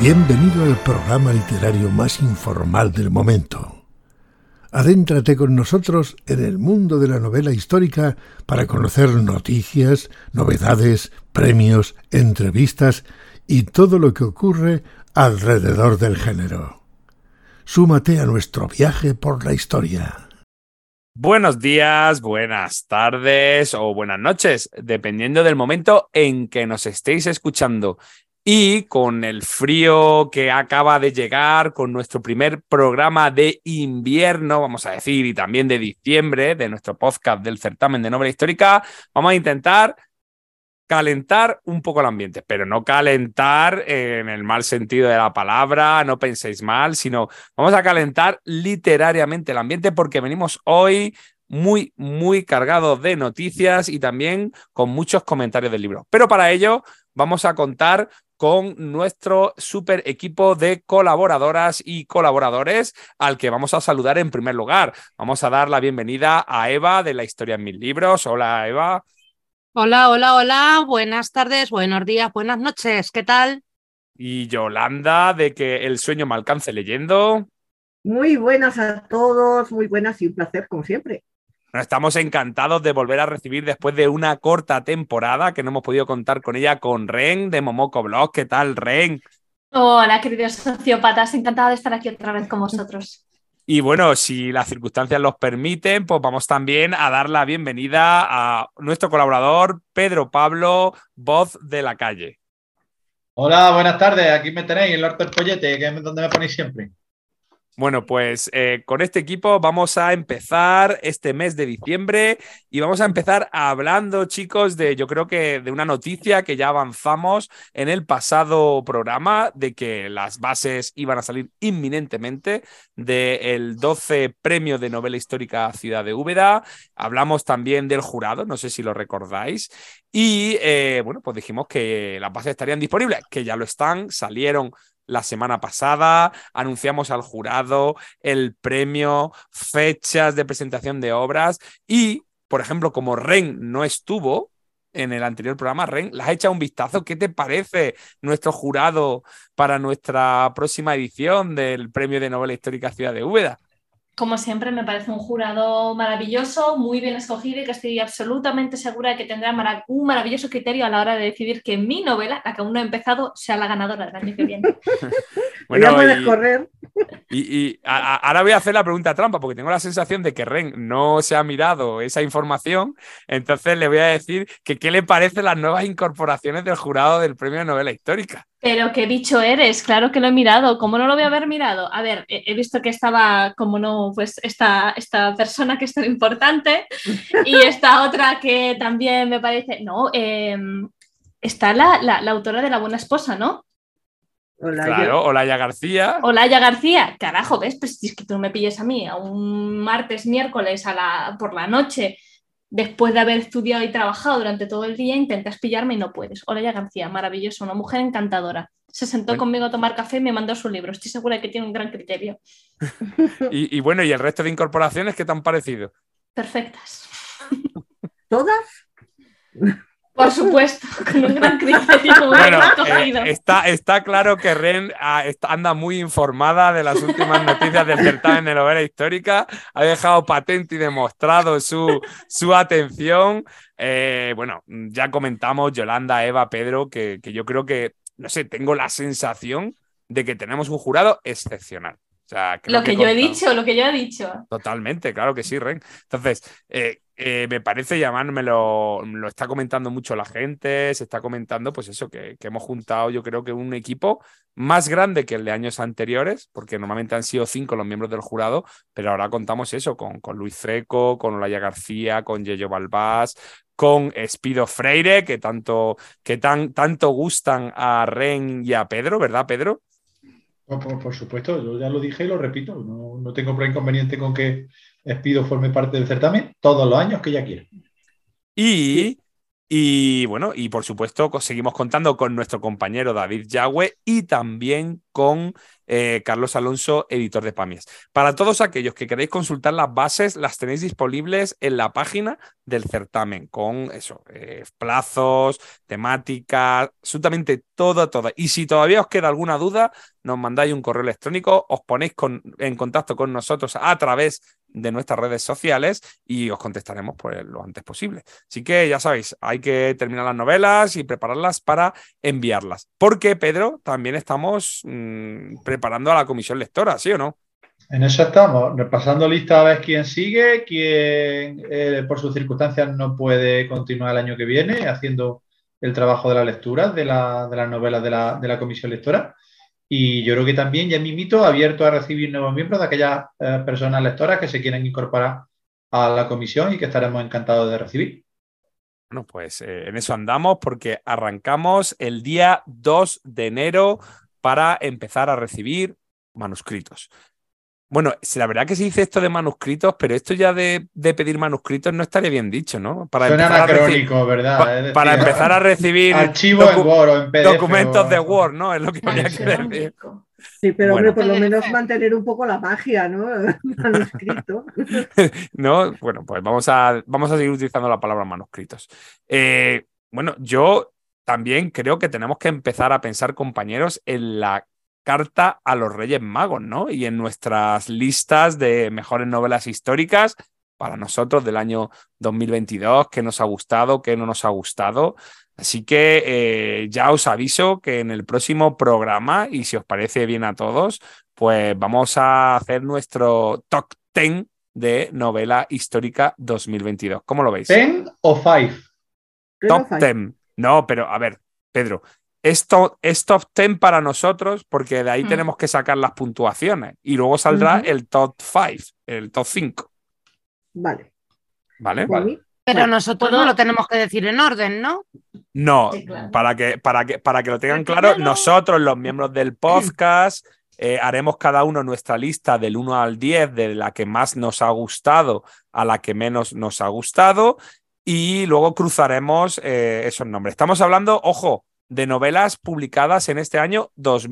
Bienvenido al programa literario más informal del momento. Adéntrate con nosotros en el mundo de la novela histórica para conocer noticias, novedades, premios, entrevistas y todo lo que ocurre alrededor del género. Súmate a nuestro viaje por la historia. Buenos días, buenas tardes o buenas noches, dependiendo del momento en que nos estéis escuchando. Y con el frío que acaba de llegar, con nuestro primer programa de invierno, vamos a decir, y también de diciembre, de nuestro podcast del certamen de novela histórica, vamos a intentar calentar un poco el ambiente, pero no calentar en el mal sentido de la palabra, no penséis mal, sino vamos a calentar literariamente el ambiente porque venimos hoy muy cargados de noticias y también con muchos comentarios del libro. Pero para ello vamos a contar con nuestro super equipo de colaboradoras y colaboradores al que vamos a saludar en primer lugar. Vamos a dar la bienvenida a Eva de La Historia en Mil Libros. Hola, Eva. Hola, buenas tardes, buenos días, buenas noches, ¿qué tal? Y Yolanda de Que el sueño me alcance leyendo. Muy buenas a todos, muy buenas y un placer como siempre. Estamos encantados de volver a recibir después de una corta temporada que no hemos podido contar con ella, con Ren de Momoko Blog. ¿Qué tal, Ren? Hola, queridos sociópatas, encantada de estar aquí otra vez con vosotros. Y bueno, si las circunstancias los permiten, pues vamos también a dar la bienvenida a nuestro colaborador, Pedro Pablo, voz de la calle. Hola, buenas tardes, aquí me tenéis, el Horto del Pollete, que es donde me ponéis siempre. Bueno, pues con este equipo vamos a empezar este mes de diciembre y vamos a empezar hablando, chicos, yo creo que de una noticia que ya avanzamos en el pasado programa, de que las bases iban a salir inminentemente del 12 Premio de Novela Histórica Ciudad de Úbeda. Hablamos también del jurado, no sé si lo recordáis. Y bueno, pues dijimos que las bases estarían disponibles, que ya lo están, salieron la semana pasada, anunciamos al jurado el premio, fechas de presentación de obras y, por ejemplo, como Ren no estuvo en el anterior programa, Ren, ¿le has echado un vistazo? ¿Qué te parece nuestro jurado para nuestra próxima edición del Premio de Novela Histórica Ciudad de Úbeda? Como siempre, me parece un jurado maravilloso, muy bien escogido y que estoy absolutamente segura de que tendrá un maravilloso criterio a la hora de decidir que mi novela, la que aún no he empezado, sea la ganadora del año que viene. Bueno, ya puedes correr. Ahora voy a hacer la pregunta trampa porque tengo la sensación de que Ren no se ha mirado esa información, entonces le voy a decir que qué le parecen las nuevas incorporaciones del jurado del Premio de Novela Histórica. Pero qué bicho eres, claro que lo he mirado, ¿cómo no lo voy a haber mirado? A ver, he visto que estaba, como no, pues esta persona que es tan importante y esta otra que también me parece, no, está la autora de La Buena Esposa, ¿no? Olaya García. Olaya García, carajo, ¿ves? Pues si es que tú me pilles a mí a un martes, miércoles por la noche, después de haber estudiado y trabajado durante todo el día, intentas pillarme y no puedes. Olaya García, maravillosa, una mujer encantadora. Se sentó conmigo a tomar café y me mandó su libro. Estoy segura de que tiene un gran criterio. Y bueno, ¿y el resto de incorporaciones qué te han parecido? Perfectas. ¿Todas? Por supuesto, con un gran criterio. Bueno, está claro que Ren anda muy informada de las últimas noticias del certamen de novela histórica. Ha dejado patente y demostrado su atención. Bueno, ya comentamos, Yolanda, Eva, Pedro, que yo creo que, no sé, tengo la sensación de que tenemos un jurado excepcional. O sea, lo que yo he dicho. Totalmente, claro que sí, Ren. Entonces, me parece, y además me lo está comentando mucho la gente, se está comentando, pues eso, que hemos juntado, yo creo que un equipo más grande que el de años anteriores, porque normalmente han sido 5 los miembros del jurado, pero ahora contamos eso, con Luis Freco, con Olaya García, con Yello Balbás, con Espido Freire, que tanto gustan a Ren y a Pedro, ¿verdad, Pedro? Por supuesto, yo ya lo dije y lo repito, no tengo inconveniente con que Espido forme parte del certamen todos los años que ella quiera. Y bueno, y por supuesto seguimos contando con nuestro compañero David Yagüe y también con Carlos Alonso, editor de Pamias. Para todos aquellos que queréis consultar las bases, las tenéis disponibles en la página del certamen, con eso, plazos, temáticas, absolutamente todo. Y si todavía os queda alguna duda, nos mandáis un correo electrónico, os ponéis en contacto con nosotros a través de nuestras redes sociales y os contestaremos pues, lo antes posible. Así que ya sabéis, hay que terminar las novelas y prepararlas para enviarlas. Porque, Pedro, también estamos preparando a la comisión lectora, ¿sí o no? En eso estamos, repasando lista a ver quién sigue, quién por sus circunstancias no puede continuar el año que viene haciendo el trabajo de la lectura de las novelas de la comisión lectora. Y yo creo que también ya mismito abierto a recibir nuevos miembros de aquellas personas lectoras que se quieren incorporar a la comisión y que estaremos encantados de recibir. Bueno, pues en eso andamos porque arrancamos el día 2 de enero para empezar a recibir manuscritos. Bueno, la verdad que se dice esto de manuscritos, pero esto ya de pedir manuscritos no estaría bien dicho, ¿no? Suena anacrónico, ¿verdad? Decir, para empezar a recibir archivos en Word o en PDF documentos de Word, ¿no? Es lo que habría que decir. Sí, pero Bueno. hombre, por lo menos mantener un poco la magia, ¿no? Manuscrito. ¿No? Bueno, pues vamos a seguir utilizando la palabra manuscritos. Bueno, yo también creo que tenemos que empezar a pensar, compañeros, en la carta a los Reyes Magos, ¿no? Y en nuestras listas de mejores novelas históricas para nosotros del año 2022, qué nos ha gustado, qué no nos ha gustado. Así que ya os aviso que en el próximo programa, y si os parece bien a todos, pues vamos a hacer nuestro top 10 de novela histórica 2022. ¿Cómo lo veis? ¿10 o 5? Top 10. No, pero a ver, Pedro, es top 10 para nosotros porque de ahí tenemos que sacar las puntuaciones y luego saldrá el top 5, el top 5. Vale. ¿Vale? Pero nosotros no lo tenemos que decir en orden, ¿no? No, Sí, claro. para que lo tengan claro, nosotros, los miembros del podcast, haremos cada uno nuestra lista del 1 al 10 de la que más nos ha gustado a la que menos nos ha gustado y luego cruzaremos esos nombres. Estamos hablando, ojo, de novelas publicadas en este año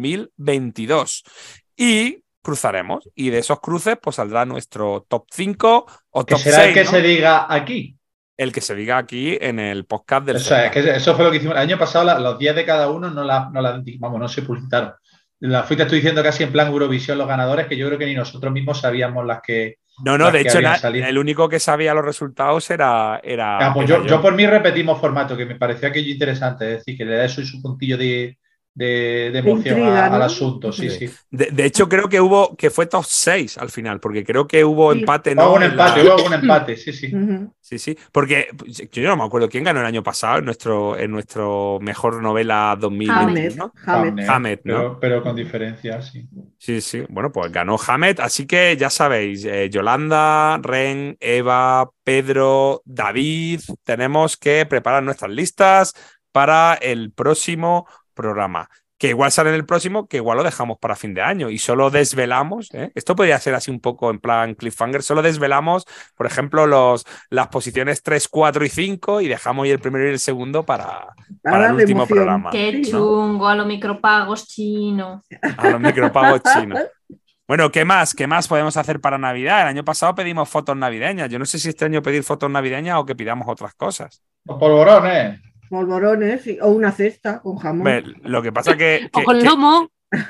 2022 y cruzaremos y de esos cruces pues saldrá nuestro top 5 o top 6. Que será el que ¿no? se diga aquí. El que se diga aquí en el podcast del Eso, que eso fue lo que hicimos. El año pasado los 10 de cada uno no se publicitaron. La fuiste tú diciendo casi en plan Eurovisión los ganadores, que yo creo que ni nosotros mismos sabíamos las que. No, de hecho, el único que sabía los resultados era pues yo por mí repetimos formato, que me pareció aquello interesante, es decir, que le da eso y su puntillo de emoción intriga, ¿no? al asunto. Sí. De hecho, creo que fue top 6 al final, porque creo que hubo empate. Hubo un empate, sí. Uh-huh. Sí, porque yo no me acuerdo quién ganó el año pasado en nuestro mejor novela 2021. Hammett, ¿no? Pero con diferencia, sí. Sí. Bueno, pues ganó Hammett, así que ya sabéis, Yolanda, Ren, Eva, Pedro, David, tenemos que preparar nuestras listas para el próximo programa. Que igual sale en el próximo, que igual lo dejamos para fin de año y solo desvelamos, esto podría ser así un poco en plan cliffhanger, solo desvelamos, por ejemplo, las posiciones 3, 4 y 5 y dejamos ahí el primero y el segundo para el último programa. Qué chungo, a los micropagos chinos. A los micropagos chinos. Bueno, ¿qué más podemos hacer para Navidad? El año pasado pedimos fotos navideñas. Yo no sé si este año pedir fotos navideñas o que pidamos otras cosas. Los polvorones. Polvorones o una cesta con jamón. Lo que pasa o con lomo.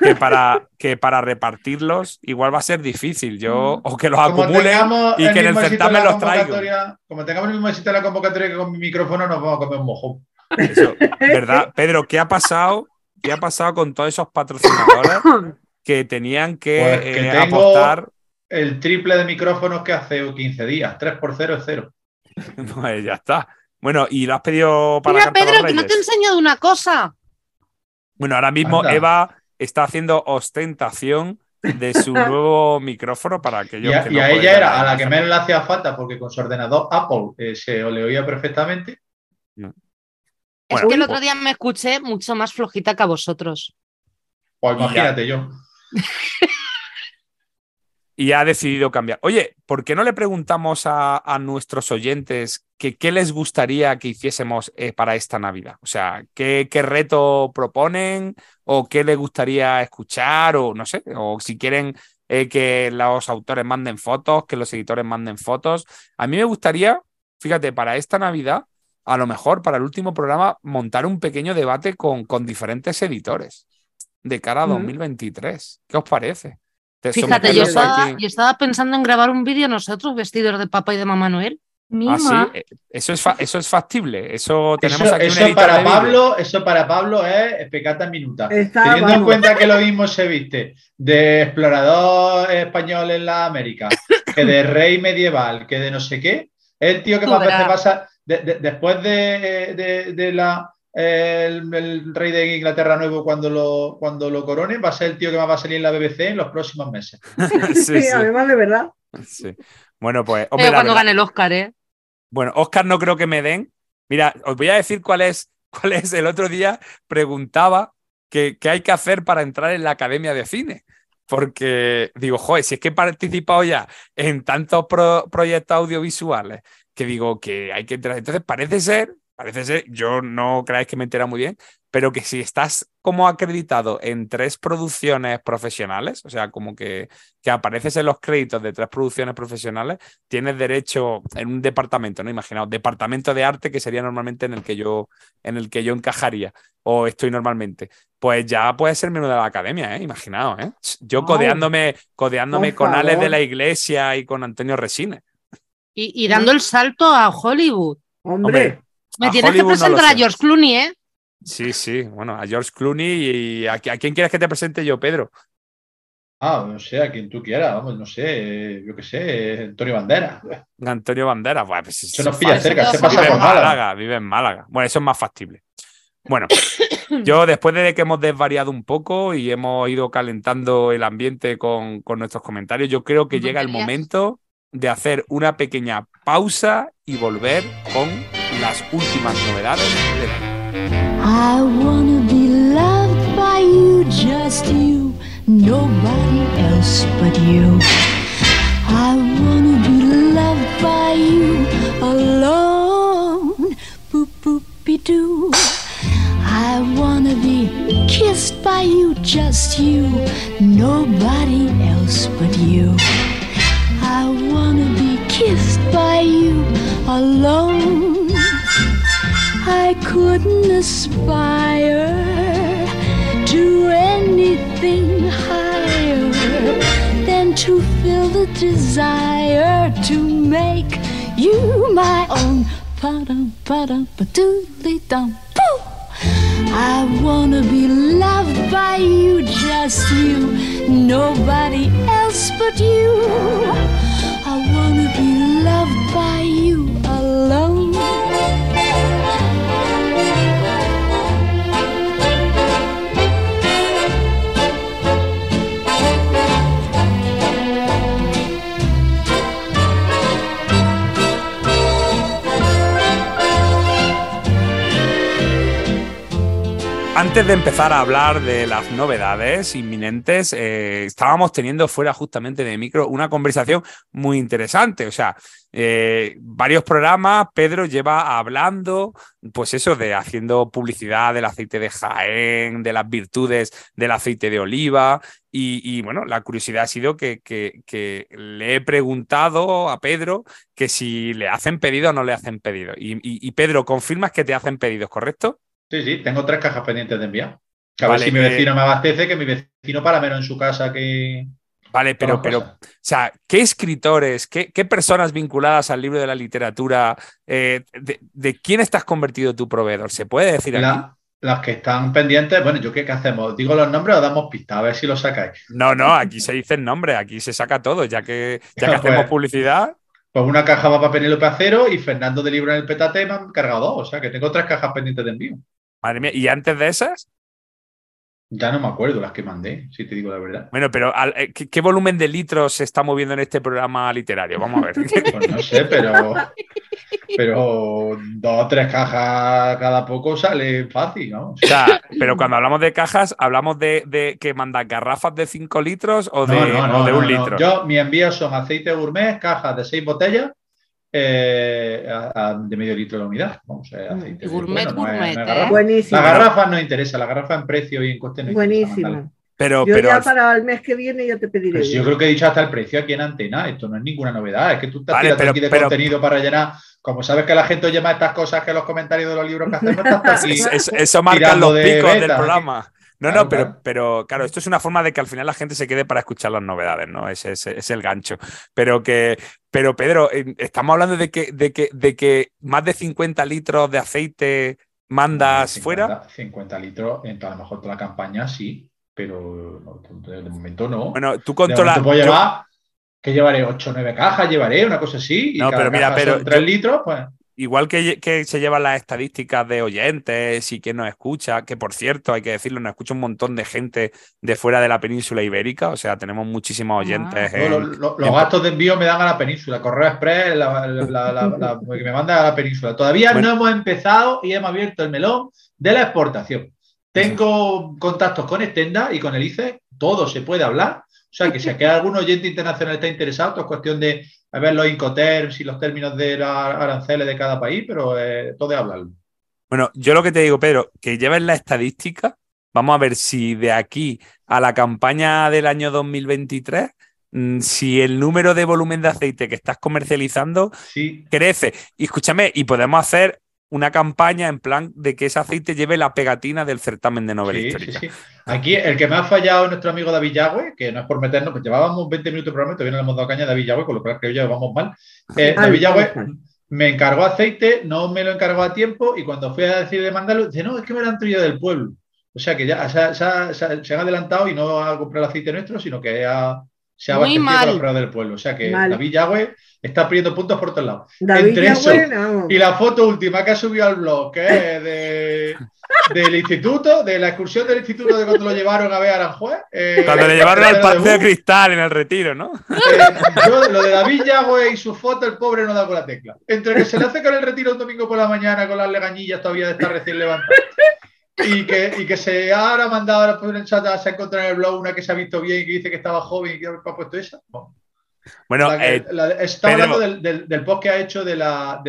Que para repartirlos igual va a ser difícil. O que los acumulen y que en el certamen los traigan. Como tengamos el mismo éxito en la convocatoria que con mi micrófono, nos vamos a comer un mojón. Eso, ¿verdad? Pedro, ¿qué ha pasado con todos esos patrocinadores que tenían que apostar? El triple de micrófonos que hace 15 días. 3 por 0 es 0. Pues ya está. Bueno, ¿y lo has pedido para Mira, la carta a los Pedro, que no Reyes? te he enseñado una cosa. Bueno, ahora mismo Eva está haciendo ostentación de su nuevo micrófono para aquellos que no y a pueden ella ver era la a la que imagen. menos le hacía falta porque con su ordenador Apple se le oía perfectamente. Es que el otro día me escuché mucho más flojita que a vosotros. Pues imagínate yo. Y ha decidido cambiar. Oye, ¿por qué no le preguntamos a nuestros oyentes ¿qué les gustaría que hiciésemos para esta Navidad? O sea, ¿qué reto proponen o qué les gustaría escuchar o no sé, o si quieren que los autores manden fotos, que los editores manden fotos. A mí me gustaría, fíjate, para esta Navidad, a lo mejor para el último programa, montar un pequeño debate con diferentes editores de cara a 2023. ¿Qué os parece? Fíjate, yo estaba pensando en grabar un vídeo nosotros vestidos de Papá y de Mamá Noel. Ah, sí, eso es factible. Eso tenemos aquí un editor para de Pablo, eso para Pablo es pecata minuta. Teniendo en vamos. cuenta que lo mismo se viste de explorador español en la América, que de rey medieval, que de no sé qué, es el tío que más veces pasa después el rey de Inglaterra nuevo cuando lo coronen, va a ser el tío que más va a salir en la BBC en los próximos meses. Sí, además de verdad. Sí. Bueno, pues hombre, cuando gane el Oscar, ¿eh? Bueno, Oscar no creo que me den. Mira, os voy a decir cuál es. El otro día preguntaba qué hay que hacer para entrar en la Academia de Cine. Porque digo, joder, si es que he participado ya en tantos proyectos audiovisuales que digo que hay que entrar. Entonces parece ser, yo no creáis que me entera muy bien, pero que si estás como acreditado en 3 producciones profesionales, o sea, como que apareces en los créditos de 3 producciones profesionales, tienes derecho en un departamento, ¿no? Imaginaos, departamento de arte, que sería normalmente en el que yo encajaría, o estoy normalmente. Pues ya puede ser menú de la academia, ¿eh? Imaginaos, ¿eh? Yo codeándome con Alex de la Iglesia y con Antonio Resines. Y dando el salto a Hollywood. Hombre. Me tienes que presentar a George Clooney, ¿eh? Sí, bueno, a George Clooney y ¿a quién quieres que te presente yo, Pedro? No sé, a quien tú quieras, vamos, no sé, yo qué sé, Antonio Banderas. Antonio Banderas, pues se nos pilla cerca, se pasa por Málaga. Vive en Málaga. Bueno, eso es más factible. Bueno, yo después de que hemos desvariado un poco y hemos ido calentando el ambiente con nuestros comentarios, yo creo que llega el momento de hacer una pequeña pausa y volver con las últimas novedades de la... I wanna be loved by you, just you, nobody else but you. I wanna be loved by you alone, boop boopy doo. I wanna be kissed by you, just you, nobody else but you. I wanna be kissed by you alone. I couldn't aspire to anything higher than to feel the desire to make you my own. Pa-dum-pa-dum-pa-doodly-dum. I wanna be loved by you, just you, nobody else but you. I wanna be loved by you alone. Antes de empezar a hablar de las novedades inminentes, estábamos teniendo fuera justamente de micro una conversación muy interesante. O sea, varios programas, Pedro lleva hablando, pues eso, de haciendo publicidad del aceite de Jaén, de las virtudes del aceite de oliva. Y bueno, la curiosidad ha sido que le he preguntado a Pedro que si le hacen pedido o no le hacen pedido. Y Pedro, confirmas que te hacen pedidos, ¿correcto? Sí, tengo 3 cajas pendientes de enviar. A ver si mi vecino me abastece, que mi vecino para menos en su casa que... Vale, pero, o sea, ¿qué escritores, qué personas vinculadas al libro de la literatura, de quién estás convertido tu proveedor? ¿Se puede decir aquí? Las que están pendientes, bueno, ¿qué hacemos? ¿Digo los nombres o damos pistas? A ver si los sacáis. No, aquí se dicen nombres, aquí se saca todo, ya que hacemos publicidad. Pues una caja va para Penélope Acero y Fernando de Libro en el Petate me han cargado 2, o sea que tengo 3 cajas pendientes de envío. Madre mía, ¿y antes de esas? Ya no me acuerdo las que mandé, si te digo la verdad. Bueno, pero ¿qué volumen de litros se está moviendo en este programa literario? Vamos a ver. Pues no sé, pero 2 o 3 cajas cada poco sale fácil, ¿no? O sea, pero cuando hablamos de cajas, ¿hablamos de que mandas garrafas de 5 litros o de 1 litro? Mi envío son aceite gourmet, cajas de 6 botellas de medio litro la unidad. Vamos, aceite Gourmet, bueno, gourmet, no es Buenísimo. la garrafa no interesa, la garrafa en precio y en coste no interesa. Buenísimo. Pero ya para el mes que viene ya te pediré. Pero si yo creo que he dicho hasta el precio aquí en antena, esto no es ninguna novedad, es que tú estás tirando aquí de contenido para rellenar. Como sabes que la gente oye más estas cosas que los comentarios de los libros que hacemos, estás aquí. Eso marca los picos del programa. Claro, pero claro, esto es una forma de que al final la gente se quede para escuchar las novedades, ¿no? Ese es el gancho. Pero Pedro, estamos hablando de que más de 50 litros de aceite mandas fuera. 50 litros, a lo mejor toda la campaña sí, pero de momento no. Bueno, tú controlas. Puedo llevar, que llevaré 8 o 9 cajas, una cosa así. Y no, pero mira, son 3 litros, pues. Igual que se llevan las estadísticas de oyentes y quién nos escucha, que por cierto, hay que decirlo, nos escucha un montón de gente de fuera de la península ibérica, o sea, tenemos muchísimos oyentes. Los gastos de envío me dan a la península, Correo Express, que me manda a la península. Todavía no hemos empezado y hemos abierto el melón de la exportación. Tengo contactos con Extenda y con el ICE, todo se puede hablar. O sea, que si aquí algún oyente internacional está interesado, es cuestión de ver los Incoterms y los términos de los aranceles de cada país, pero todo es hablarlo. Bueno, yo lo que te digo, Pedro, que lleves la estadística, vamos a ver si de aquí a la campaña del año 2023, si el número de volumen de aceite que estás comercializando crece. Y escúchame, y podemos hacer una campaña en plan de que ese aceite lleve la pegatina del certamen de novela histórica. Sí. Aquí el que me ha fallado es nuestro amigo David Yagüe, que no es por meternos, pues llevábamos 20 minutos de programa y todavía no le hemos dado caña a David Yagüe, con lo cual creo que ya vamos mal. David Yagüe me encargó aceite, no me lo encargó a tiempo y cuando fui a decir de mandarlo, dice, no, es que me lo han traído del pueblo. O sea que ya se han adelantado y no a comprar el aceite nuestro, sino que se ha abastecido con los precios del pueblo. O sea que David Yagüe está perdiendo puntos por todos lados. Entre eso y la foto última que ha subido al blog, que es del instituto, de la excursión del instituto de cuando lo llevaron a ver a Aranjuez. Cuando le llevaron al Paseo de Cristal en el Retiro, ¿no? Lo de David Yagüe y su foto, el pobre no da con la tecla. Entre que se le hace con el Retiro un domingo por la mañana con las legañillas todavía de estar recién levantado. Y que se ha ahora mandado ahora por el chat, se ha encontrado en el blog una que se ha visto bien y que dice que estaba joven y que ha puesto esa. Bueno, está hablando del post que ha hecho del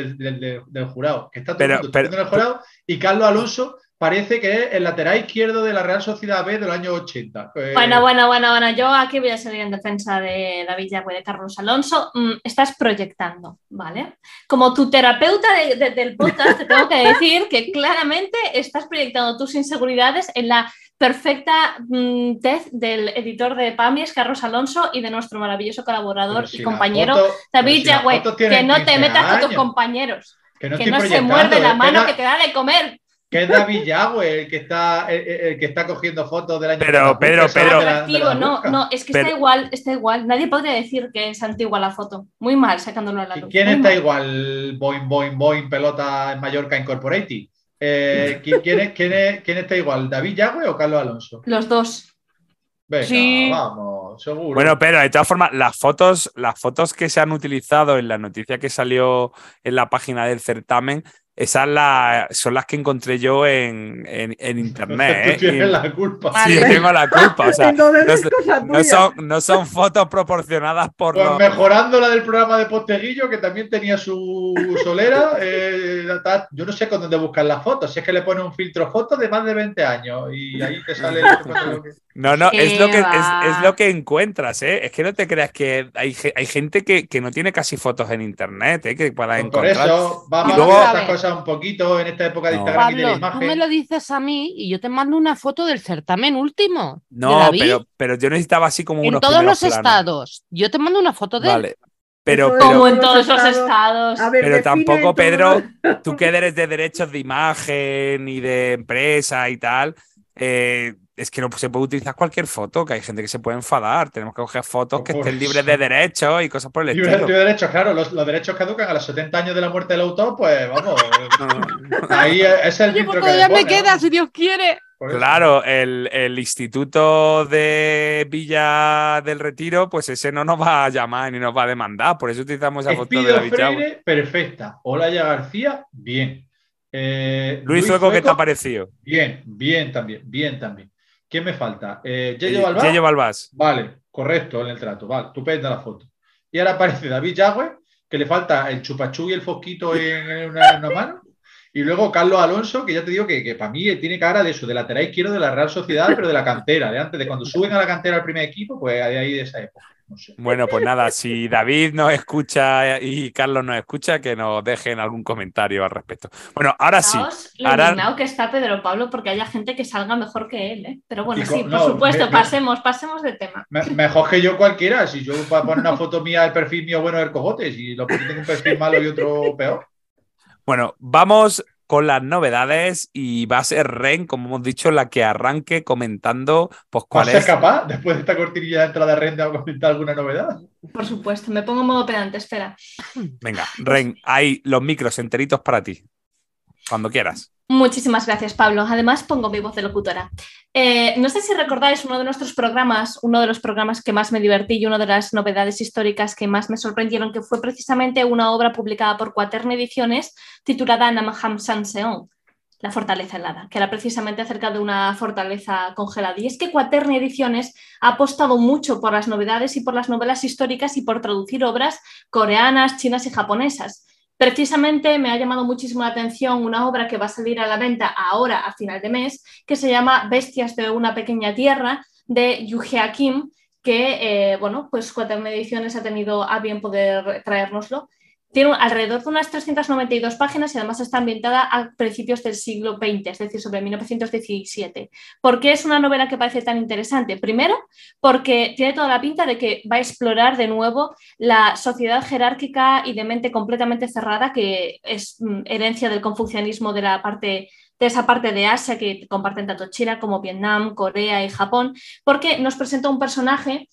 jurado, que está todo el mundo en el jurado, y Carlos Alonso parece que es el lateral izquierdo de la Real Sociedad B de los años 80. Bueno, yo aquí voy a salir en defensa de David Yagüe, de Carlos Alonso. Estás proyectando, ¿vale? Como tu terapeuta del podcast te tengo que decir que claramente estás proyectando tus inseguridades en la perfecta tez del editor de PAMIES, Carlos Alonso, y de nuestro maravilloso colaborador y compañero David Yagüe. Que no te metas con tus compañeros, que no se muerde la mano que te da de comer. Que es David Yagüe el que está cogiendo fotos del año. Pero. No, es que está igual. Nadie podría decir que es antigua la foto. Muy mal, sacándolo a la luz. ¿Quién está igual? Boing, pelota en Mallorca Incorporated. ¿Quién está igual? ¿David Yagüe o Carlos Alonso? Los dos. Venga, vamos, seguro. Bueno, pero de todas formas, las fotos que se han utilizado en la noticia que salió en la página del certamen, esas son las que encontré yo en internet. Tú tienes la culpa. Sí, tengo la culpa. O sea, no son fotos proporcionadas por pues mejorando la del programa de Posteguillo, que también tenía su solera. Yo no sé con dónde buscar las fotos. Si es que le pone un filtro foto de más de 20 años y ahí te sale. No, es lo que encuentras, ¿eh? Es que no te creas que hay gente que no tiene casi fotos en internet, ¿eh? Que puedas encontrar. Por eso, vamos a ver estas cosas un poquito en esta época de Instagram y de la imagen. Tú me lo dices a mí y yo te mando una foto del certamen último. No, pero yo necesitaba así como unos primeros planos. En todos los estados. Yo te mando una foto de él. Pero como en todos los estados. Pero tampoco, Pedro, tú que eres de derechos de imagen y de empresa y tal, es que no se puede utilizar cualquier foto, que hay gente que se puede enfadar. Tenemos que coger fotos que estén libres de derechos y cosas por el estilo. Libres de derechos, claro. Los derechos caducan a los 70 años de la muerte del autor, pues vamos. Ahí es el filtro que todavía me queda, si Dios quiere. Claro, el Instituto de Villa del Retiro, pues ese no nos va a llamar ni nos va a demandar. Por eso utilizamos esa foto de David Yagüe. Perfecta. Olaya García, bien. Luis Sueco, ¿qué te ha parecido? Bien también. ¿Quién me falta? ¿Yello Balbás? Yello Balbás. Vale, correcto en el trato. Vale, estupenda la foto. Y ahora aparece David Yagüe, que le falta el chupachú y el fosquito en una mano. Y luego Carlos Alonso, que ya te digo que para mí tiene cara de eso, de lateral izquierdo de la Real Sociedad, pero de la cantera, de antes, de cuando suben a la cantera al primer equipo, pues de ahí de esa época. No sé. Bueno, pues nada, si David nos escucha y Carlos nos escucha, que nos dejen algún comentario al respecto. Bueno, ahora sí. Lo indignado que está Pedro Pablo porque haya gente que salga mejor que él, ¿eh? Pero bueno, sí, por supuesto, pasemos de tema. Mejor que yo cualquiera, si yo para poner una foto mía, el perfil mío bueno del cojote, si lo que tengo un perfil malo y otro peor. Bueno, vamos con las novedades y va a ser Ren, como hemos dicho, la que arranque comentando pues cuál es. ¿Vas a ser capaz, después de esta cortinilla de entrada de Ren, de comentar alguna novedad? Por supuesto, me pongo en modo pedante, espera. Venga, Ren, hay los micros enteritos para ti, cuando quieras. Muchísimas gracias, Pablo. Además, pongo mi voz de locutora. No sé si recordáis uno de los programas que más me divertí y una de las novedades históricas que más me sorprendieron, que fue precisamente una obra publicada por Quaternary Ediciones titulada Namaham Sanseon, La fortaleza helada, que era precisamente acerca de una fortaleza congelada. Y es que Quaternary Ediciones ha apostado mucho por las novedades y por las novelas históricas y por traducir obras coreanas, chinas y japonesas. Precisamente me ha llamado muchísimo la atención una obra que va a salir a la venta ahora a final de mes, que se llama Bestias de una pequeña tierra, de Yoo Kim, que pues Quaternary Ediciones ha tenido a bien poder traérnoslo. Tiene alrededor de unas 392 páginas y además está ambientada a principios del siglo XX, es decir, sobre 1917. ¿Por qué es una novela que parece tan interesante? Primero, porque tiene toda la pinta de que va a explorar de nuevo la sociedad jerárquica y de mente completamente cerrada, que es herencia del confucianismo de esa parte de Asia que comparten tanto China como Vietnam, Corea y Japón, porque nos presenta un personaje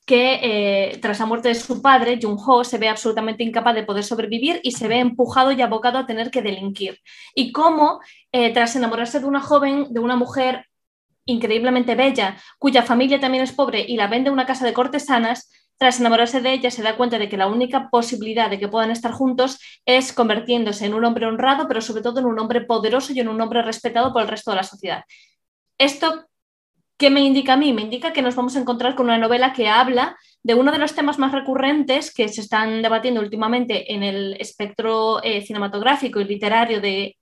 que tras la muerte de su padre, Jung-ho, se ve absolutamente incapaz de poder sobrevivir y se ve empujado y abocado a tener que delinquir. Y cómo, tras enamorarse de una mujer increíblemente bella, cuya familia también es pobre y la vende a una casa de cortesanas, tras enamorarse de ella se da cuenta de que la única posibilidad de que puedan estar juntos es convirtiéndose en un hombre honrado, pero sobre todo en un hombre poderoso y en un hombre respetado por el resto de la sociedad. Esto, ¿qué me indica a mí? Me indica que nos vamos a encontrar con una novela que habla de uno de los temas más recurrentes que se están debatiendo últimamente en el espectro cinematográfico y literario de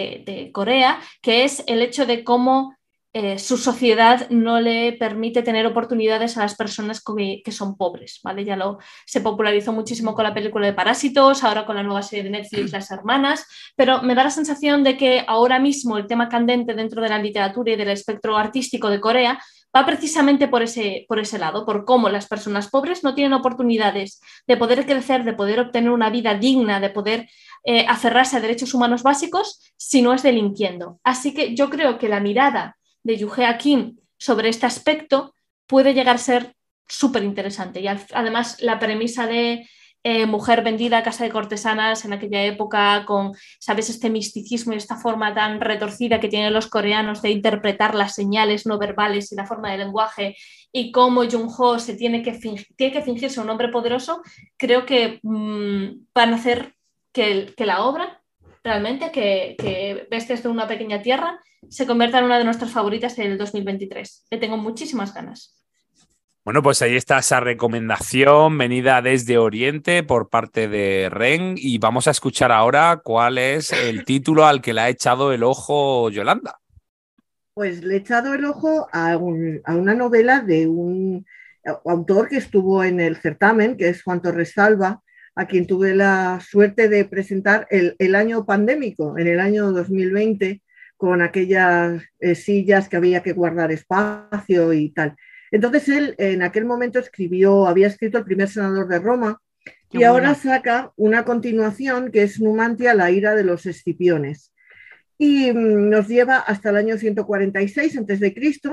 Corea, que es el hecho de cómo su sociedad no le permite tener oportunidades a las personas que son pobres, ¿vale? Se popularizó muchísimo con la película de Parásitos, ahora con la nueva serie de Netflix, Las Hermanas, pero me da la sensación de que ahora mismo el tema candente dentro de la literatura y del espectro artístico de Corea va precisamente por ese lado, por cómo las personas pobres no tienen oportunidades de poder crecer, de poder obtener una vida digna, de poder aferrarse a derechos humanos básicos si no es delinquiendo. Así que yo creo que la mirada de Yoo Kim sobre este aspecto puede llegar a ser súper interesante. Y además la premisa de mujer vendida a casa de cortesanas en aquella época con, ¿sabes?, este misticismo y esta forma tan retorcida que tienen los coreanos de interpretar las señales no verbales y la forma del lenguaje, y cómo Jung-ho tiene que fingirse un hombre poderoso, creo que van a hacer que la obra realmente, que Bestias de una pequeña tierra, se convierta en una de nuestras favoritas del 2023. Le tengo muchísimas ganas. Bueno, pues ahí está esa recomendación venida desde Oriente por parte de Ren, y vamos a escuchar ahora cuál es el título al que le ha echado el ojo Yolanda. Pues le he echado el ojo a una novela de un autor que estuvo en el certamen, que es Juan Torres Salva, a quien tuve la suerte de presentar el año pandémico, en el año 2020, con aquellas sillas que había que guardar espacio y tal. Entonces él en aquel momento había escrito El primer senador de Roma, y ahora saca una continuación que es Numantia, la ira de los Escipiones. Y nos lleva hasta el año 146 a.C.,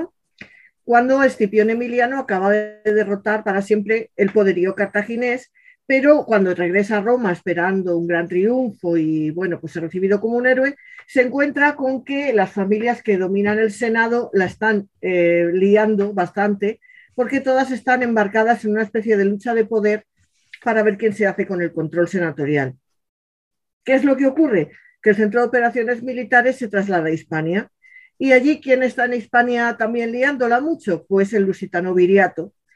cuando Escipión Emiliano acaba de derrotar para siempre el poderío cartaginés, pero cuando regresa a Roma esperando un gran triunfo y bueno, pues recibido como un héroe, se encuentra con que las familias que dominan el Senado la están liando bastante, porque todas están embarcadas en una especie de lucha de poder para ver quién se hace con el control senatorial. ¿Qué es lo que ocurre? Que el centro de operaciones militares se traslada a Hispania, y allí, ¿quién está en Hispania también liándola mucho? Pues el lusitano Viriato.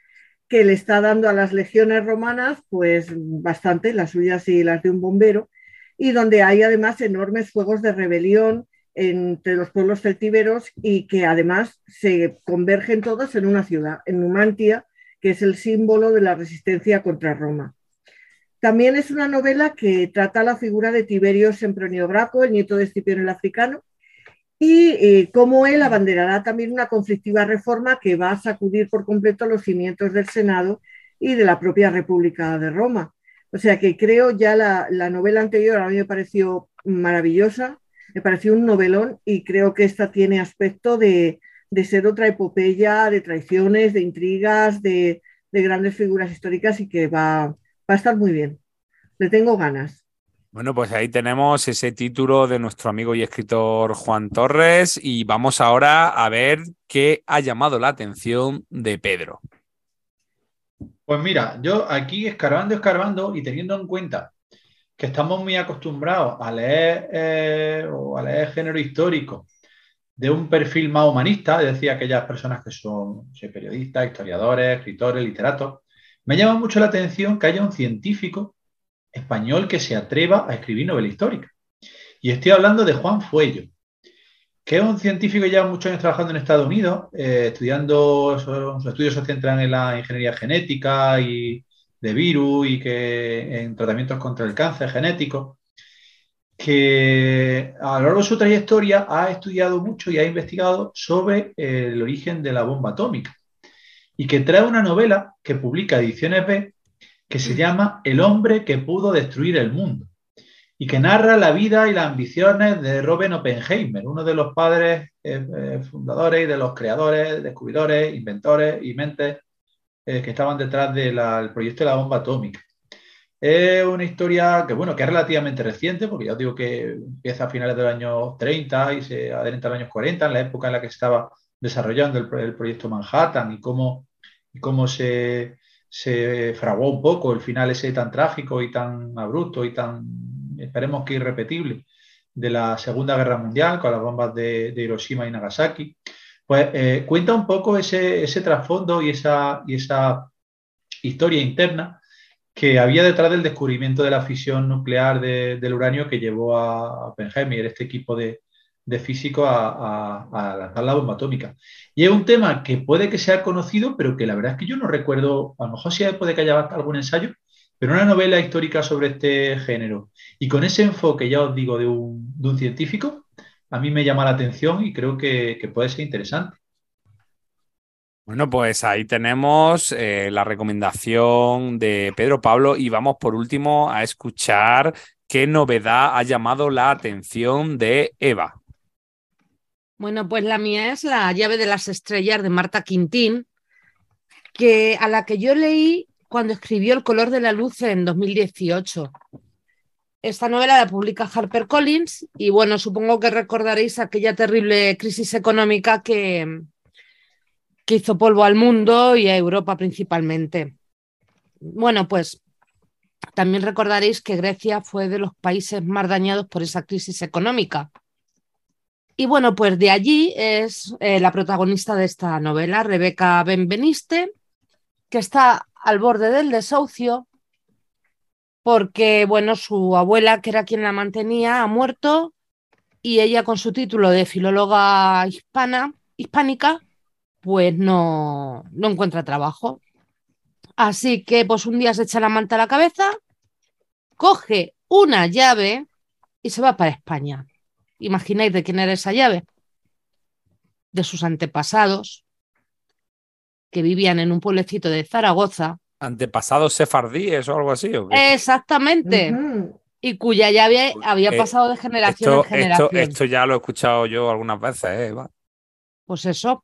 que le está dando a las legiones romanas, pues bastante, las suyas y las de un bombero, y donde hay además enormes fuegos de rebelión entre los pueblos celtíberos y que además se convergen todos en una ciudad, en Numantia, que es el símbolo de la resistencia contra Roma. También es una novela que trata la figura de Tiberio Sempronio Graco, el nieto de Escipión el Africano, y cómo él abanderará también una conflictiva reforma que va a sacudir por completo los cimientos del Senado y de la propia República de Roma. O sea que creo ya la novela anterior a mí me pareció maravillosa, me pareció un novelón y creo que esta tiene aspecto de ser otra epopeya de traiciones, de intrigas, de grandes figuras históricas y que va a estar muy bien. Le tengo ganas. Bueno, pues ahí tenemos ese título de nuestro amigo y escritor Juan Torres y vamos ahora a ver qué ha llamado la atención de Pedro. Pues mira, yo aquí escarbando y teniendo en cuenta que estamos muy acostumbrados a leer género histórico de un perfil más humanista, es decir, aquellas personas que son periodistas, historiadores, escritores, literatos, me llama mucho la atención que haya un científico español que se atreva a escribir novela histórica. Y estoy hablando de Juan Fuello, que es un científico que lleva muchos años trabajando en Estados Unidos, estudiando, sus estudios se centran en la ingeniería genética y de virus y que en tratamientos contra el cáncer genético, que a lo largo de su trayectoria ha estudiado mucho y ha investigado sobre el origen de la bomba atómica y que trae una novela que publica Ediciones B que se llama El hombre que pudo destruir el mundo y que narra la vida y las ambiciones de Robert Oppenheimer, uno de los padres fundadores y de los creadores, descubridores, inventores y mentes que estaban detrás del proyecto de la bomba atómica. Es una historia que, bueno, que es relativamente reciente, porque ya os digo que empieza a finales de los años 30 y se adentra a los años 40, en la época en la que se estaba desarrollando el proyecto Manhattan y cómo se fraguó un poco el final ese tan trágico y tan abrupto y tan, esperemos que irrepetible, de la Segunda Guerra Mundial con las bombas de Hiroshima y Nagasaki. Pues cuenta un poco ese trasfondo y esa historia interna que había detrás del descubrimiento de la fisión nuclear del uranio que llevó a Oppenheimer, este equipo de físicos, a lanzar la bomba atómica. Y es un tema que puede que sea conocido, pero que la verdad es que yo no recuerdo, a lo mejor sí puede que haya algún ensayo, pero una novela histórica sobre este género. Y con ese enfoque, ya os digo, de un científico, a mí me llama la atención y creo que puede ser interesante. Bueno, pues ahí tenemos la recomendación de Pedro Pablo y vamos por último a escuchar qué novedad ha llamado la atención de Eva. Bueno, pues la mía es La llave de las estrellas de Marta Quintín, a la que yo leí cuando escribió El color de la luz en 2018. Esta novela la publica HarperCollins y bueno, supongo que recordaréis aquella terrible crisis económica que hizo polvo al mundo y a Europa principalmente. Bueno, pues también recordaréis que Grecia fue de los países más dañados por esa crisis económica. Y bueno, pues de allí es la protagonista de esta novela, Rebeca Benveniste, que está al borde del desahucio porque, bueno, su abuela, que era quien la mantenía, ha muerto y ella con su título de filóloga hispánica, pues no encuentra trabajo. Así que pues un día se echa la manta a la cabeza, coge una llave y se va para España. ¿Imagináis de quién era esa llave? De sus antepasados, que vivían en un pueblecito de Zaragoza. ¿Antepasados sefardíes o algo así? ¿o qué? Exactamente. Y cuya llave había pasado de generación en generación. Esto ya lo he escuchado yo algunas veces, Eva. Pues eso.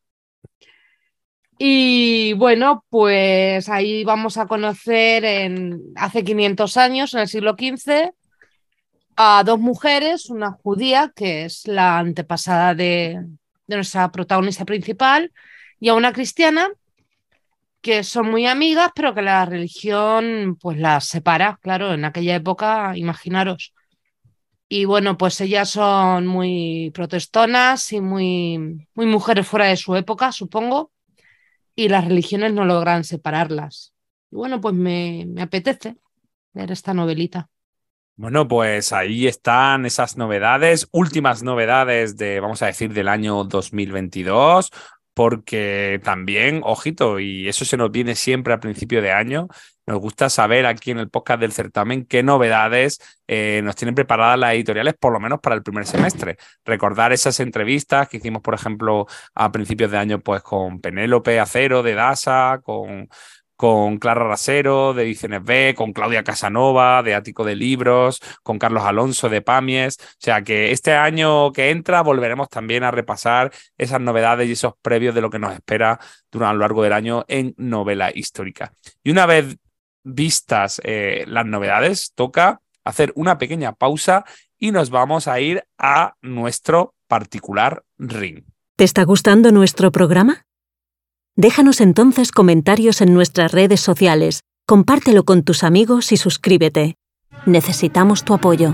Y bueno, pues ahí vamos a conocer hace 500 años, en el siglo XV, a dos mujeres, una judía, que es la antepasada de nuestra protagonista principal, y a una cristiana, que son muy amigas, pero que la religión pues las separa, claro, en aquella época, imaginaros. Y bueno, pues ellas son muy protestonas y muy mujeres fuera de su época, supongo. y las religiones no logran separarlas. Y bueno, pues me apetece leer esta novelita. Bueno, pues ahí están esas novedades, últimas novedades de, vamos a decir, del año 2022, porque también, ojito, y eso se nos viene siempre a principio de año, nos gusta saber aquí en el podcast del certamen qué novedades nos tienen preparadas las editoriales, por lo menos para el primer semestre. Recordar esas entrevistas que hicimos, por ejemplo, a principios de año, pues con Penélope Acero de DASA, con Clara Rasero de Ediciones B, con Claudia Casanova de Ático de Libros, con Carlos Alonso de Pamies. O sea que este año que entra volveremos también a repasar esas novedades y esos previos de lo que nos espera durante a lo largo del año en novela histórica. Y una vez vistas las novedades, toca hacer una pequeña pausa y nos vamos a ir a nuestro particular ring. ¿Te está gustando nuestro programa? Déjanos entonces comentarios en nuestras redes sociales, compártelo con tus amigos y suscríbete. Necesitamos tu apoyo.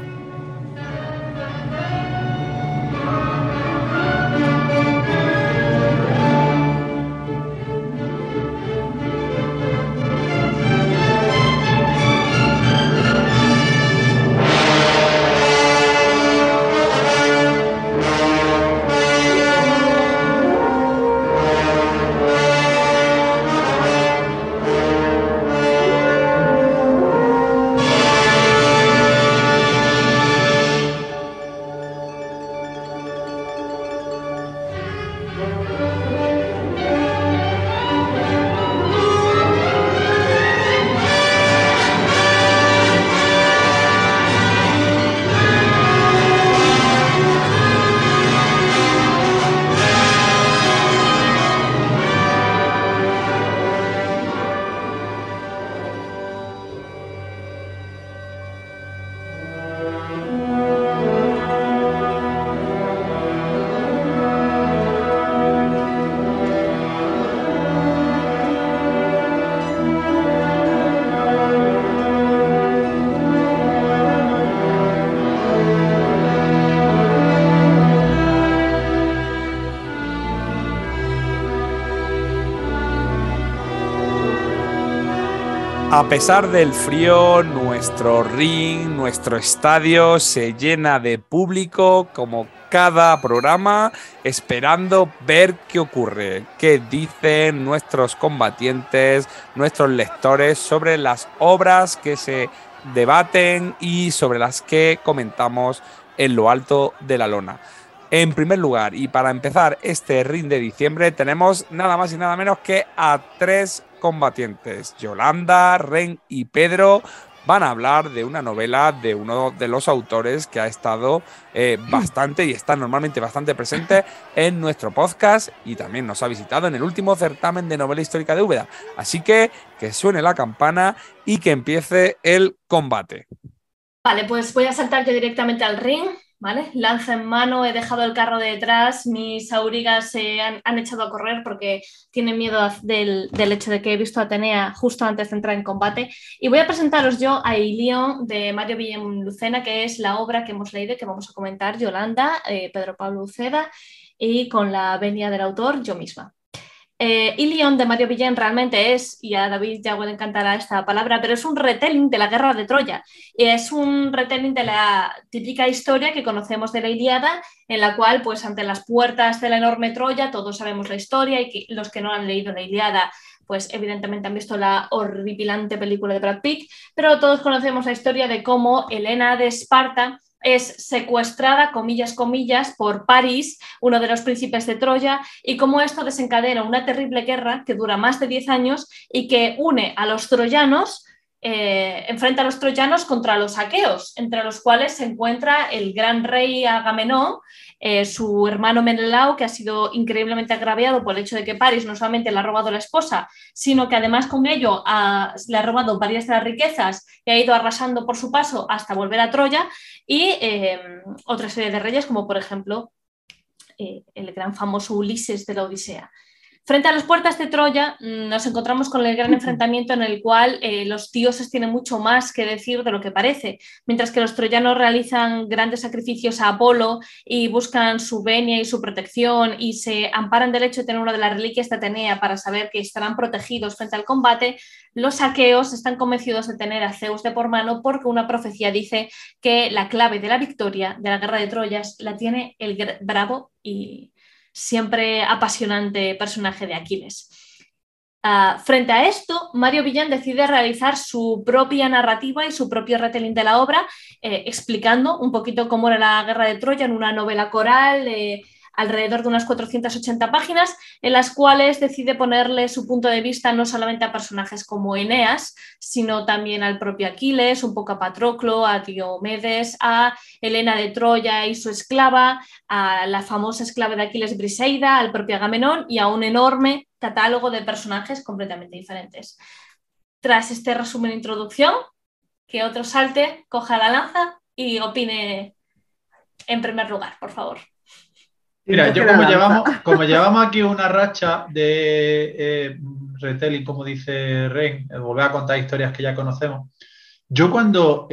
A pesar del frío, nuestro ring, nuestro estadio se llena de público como cada programa, esperando ver qué ocurre, qué dicen nuestros combatientes, nuestros lectores sobre las obras que se debaten y sobre las que comentamos en lo alto de la lona. En primer lugar, y para empezar este ring de diciembre, tenemos nada más y nada menos que a 3 combatientes. Yolanda, Ren y Pedro van a hablar de una novela de uno de los autores que ha estado bastante y está normalmente bastante presente en nuestro podcast y también nos ha visitado en el último certamen de novela histórica de Úbeda. Así que suene la campana y que empiece el combate. Vale, pues voy a saltar yo directamente al ring. ¿Vale? Lanza en mano, he dejado el carro detrás, mis aurigas se han echado a correr porque tienen miedo del hecho de que he visto a Atenea justo antes de entrar en combate. Y voy a presentaros yo a Ilión de Mario Villén Lucena, que es la obra que hemos leído y que vamos a comentar Yolanda, Pedro Pablo Uceda y con la venia del autor yo misma. Ilión de Mario Villén realmente es, y a David ya le encantará esta palabra, pero es un retelling de la guerra de Troya. Es un retelling de la típica historia que conocemos de la Ilíada, en la cual, pues ante las puertas de la enorme Troya, todos sabemos la historia y que los que no han leído la Ilíada, pues evidentemente han visto la horripilante película de Brad Pitt, pero todos conocemos la historia de cómo Helena de Esparta es secuestrada, comillas, comillas, por París, uno de los príncipes de Troya, y cómo esto desencadena una terrible guerra que dura más de 10 años y que une a los troyanos, enfrenta a los troyanos contra los aqueos, entre los cuales se encuentra el gran rey Agamenón, su hermano Menelao, que ha sido increíblemente agraviado por el hecho de que París no solamente le ha robado la esposa, sino que además con ello le ha robado varias de las riquezas y ha ido arrasando por su paso hasta volver a Troya, y otra serie de reyes como por ejemplo el gran famoso Ulises de la Odisea. Frente a las puertas de Troya nos encontramos con el gran enfrentamiento en el cual los dioses tienen mucho más que decir de lo que parece. Mientras que los troyanos realizan grandes sacrificios a Apolo y buscan su venia y su protección y se amparan del hecho de tener una de las reliquias de Atenea para saber que estarán protegidos frente al combate, los aqueos están convencidos de tener a Zeus de por mano porque una profecía dice que la clave de la victoria de la guerra de Troya la tiene el bravo y siempre apasionante personaje de Aquiles. Frente a esto, Mario Villan decide realizar su propia narrativa y su propio retelling de la obra, explicando un poquito cómo era la guerra de Troya en una novela coral alrededor de unas 480 páginas, en las cuales decide ponerle su punto de vista no solamente a personajes como Eneas, sino también al propio Aquiles, un poco a Patroclo, a Diomedes, a Helena de Troya y su esclava, a la famosa esclava de Aquiles, Briseida, al propio Agamenón y a un enorme catálogo de personajes completamente diferentes. Tras este resumen de introducción, que otro salte, coja la lanza y opine en primer lugar, por favor. Mira, yo como llevamos aquí una racha de retelling, como dice Ren, volver a contar historias que ya conocemos, yo cuando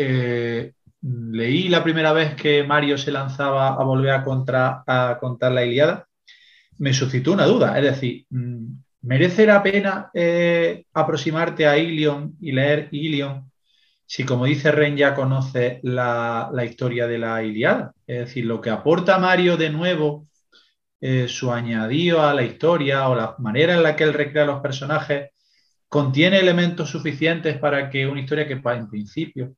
leí la primera vez que Mario se lanzaba a volver a contar la Ilíada, me suscitó una duda, es decir, ¿merece la pena aproximarte a Ilion y leer Ilion si, como dice Ren, ya conoces la historia de la Ilíada? Es decir, lo que aporta Mario de nuevo, su añadido a la historia o la manera en la que él recrea los personajes, contiene elementos suficientes para que una historia que en principio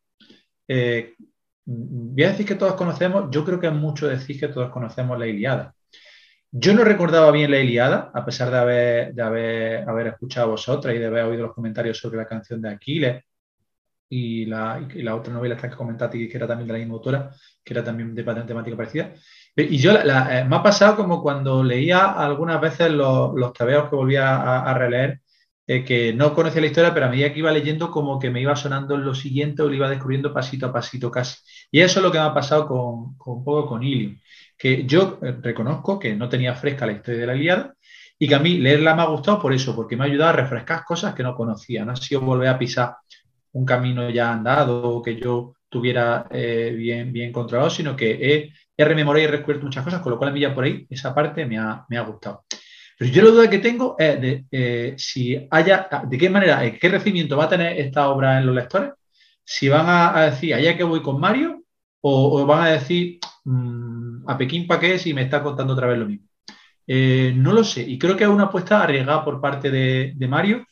voy a decir que todos conocemos, yo creo que es mucho decir que todos conocemos la Ilíada. Yo no recordaba bien la Ilíada, a pesar de haber escuchado a vosotras y de haber oído los comentarios sobre la canción de Aquiles y la otra novela esta que comentaste, que era también de la misma autora, que era también de temática parecida. Y yo me ha pasado como cuando leía algunas veces los tebeos que volvía a releer, que no conocía la historia, pero a medida que iba leyendo como que me iba sonando lo siguiente o lo iba descubriendo pasito a pasito casi. Y eso es lo que me ha pasado un poco con Ilion, que yo reconozco que no tenía fresca la historia de la Ilíada y que a mí leerla me ha gustado por eso, porque me ha ayudado a refrescar cosas que no conocía. No ha sido volver a pisar un camino ya andado que yo tuviera bien controlado, sino que he rememorado y he descubierto muchas cosas, con lo cual a mí ya por ahí esa parte me ha gustado. Pero yo la duda que tengo es de qué manera, qué recibimiento va a tener esta obra en los lectores, si van a decir, allá que voy con Mario, o van a decir, a Pekín pa' qué si me está contando otra vez lo mismo. No lo sé, y creo que es una apuesta arriesgada por parte de Mario,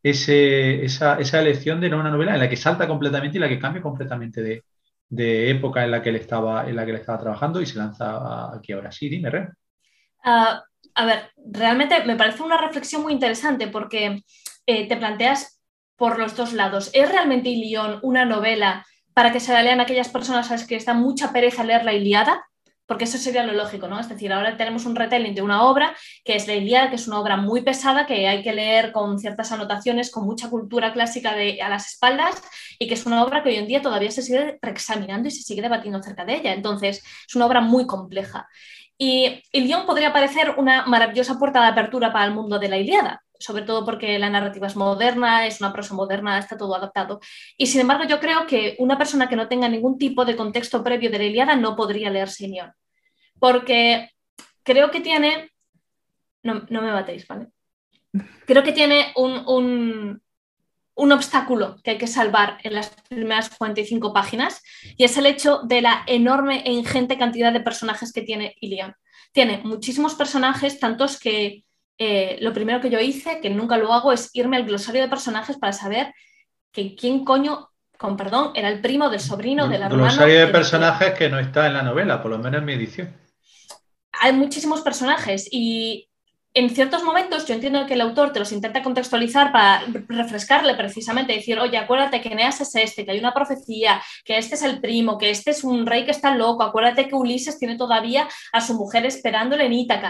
esa elección de una novela en la que salta completamente y la que cambia completamente de época en la que él estaba trabajando y se lanza aquí ahora. Sí, dime, Ren. A ver, realmente me parece una reflexión muy interesante porque te planteas por los dos lados. ¿Es realmente Ilion una novela para que se la lean aquellas personas a las que les da mucha pereza leer la Ilíada? Porque eso sería lo lógico, ¿no? Es decir, ahora tenemos un retelling de una obra que es la Ilíada, que es una obra muy pesada, que hay que leer con ciertas anotaciones, con mucha cultura clásica a las espaldas, y que es una obra que hoy en día todavía se sigue reexaminando y se sigue debatiendo acerca de ella. Entonces, es una obra muy compleja. Y Ilion podría parecer una maravillosa puerta de apertura para el mundo de la Ilíada, sobre todo porque la narrativa es moderna, es una prosa moderna, está todo adaptado. Y sin embargo, yo creo que una persona que no tenga ningún tipo de contexto previo de la Ilíada no podría leerse Ilion. Porque creo que tiene... No me batéis, ¿vale? Creo que tiene un obstáculo que hay que salvar en las primeras 45 páginas, y es el hecho de la enorme e ingente cantidad de personajes que tiene Ilion. Tiene muchísimos personajes, tantos que lo primero que yo hice, que nunca lo hago, es irme al glosario de personajes para saber que quién coño, con perdón, era el primo del sobrino del hermano. Glosario de personajes que no está en la novela, por lo menos en mi edición. Hay muchísimos personajes y en ciertos momentos yo entiendo que el autor te los intenta contextualizar para refrescarle precisamente, decir, oye, acuérdate que Eneas es que hay una profecía, que este es el primo, que este es un rey que está loco, acuérdate que Ulises tiene todavía a su mujer esperándole en Ítaca.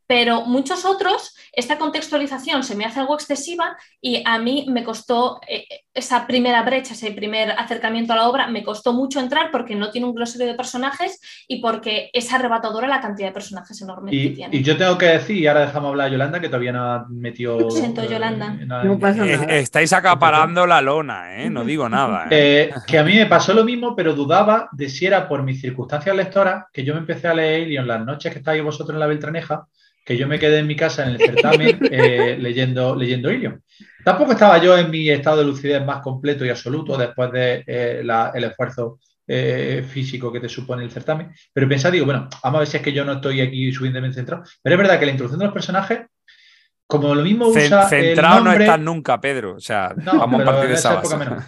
Pero muchos otros, esta contextualización se me hace algo excesiva y a mí me costó esa primera brecha, ese primer acercamiento a la obra, me costó mucho entrar porque no tiene un glosario de personajes y porque es arrebatadora la cantidad de personajes enormes que tiene. Y yo tengo que decir, y ahora dejamos hablar a Yolanda, que todavía no ha metido... Lo siento, Yolanda. No pasa nada. Estáis acaparando la lona, ¿eh? No digo nada. Que a mí me pasó lo mismo, pero dudaba de si era por mis circunstancias lectoras que yo me empecé a leer Ilion las noches que estáis vosotros en la Beltraneja, que yo me quedé en mi casa en el certamen leyendo Ilion. Tampoco estaba yo en mi estado de lucidez más completo y absoluto después de el esfuerzo físico que te supone el certamen, pero pensaba, digo, bueno, vamos a ver si es que yo no estoy aquí suficientemente centrado. Pero es verdad que la introducción de los personajes, como lo mismo usa centrado el nombre, no estás nunca, Pedro. O sea, no, vamos a pero partir de en esa esa base. época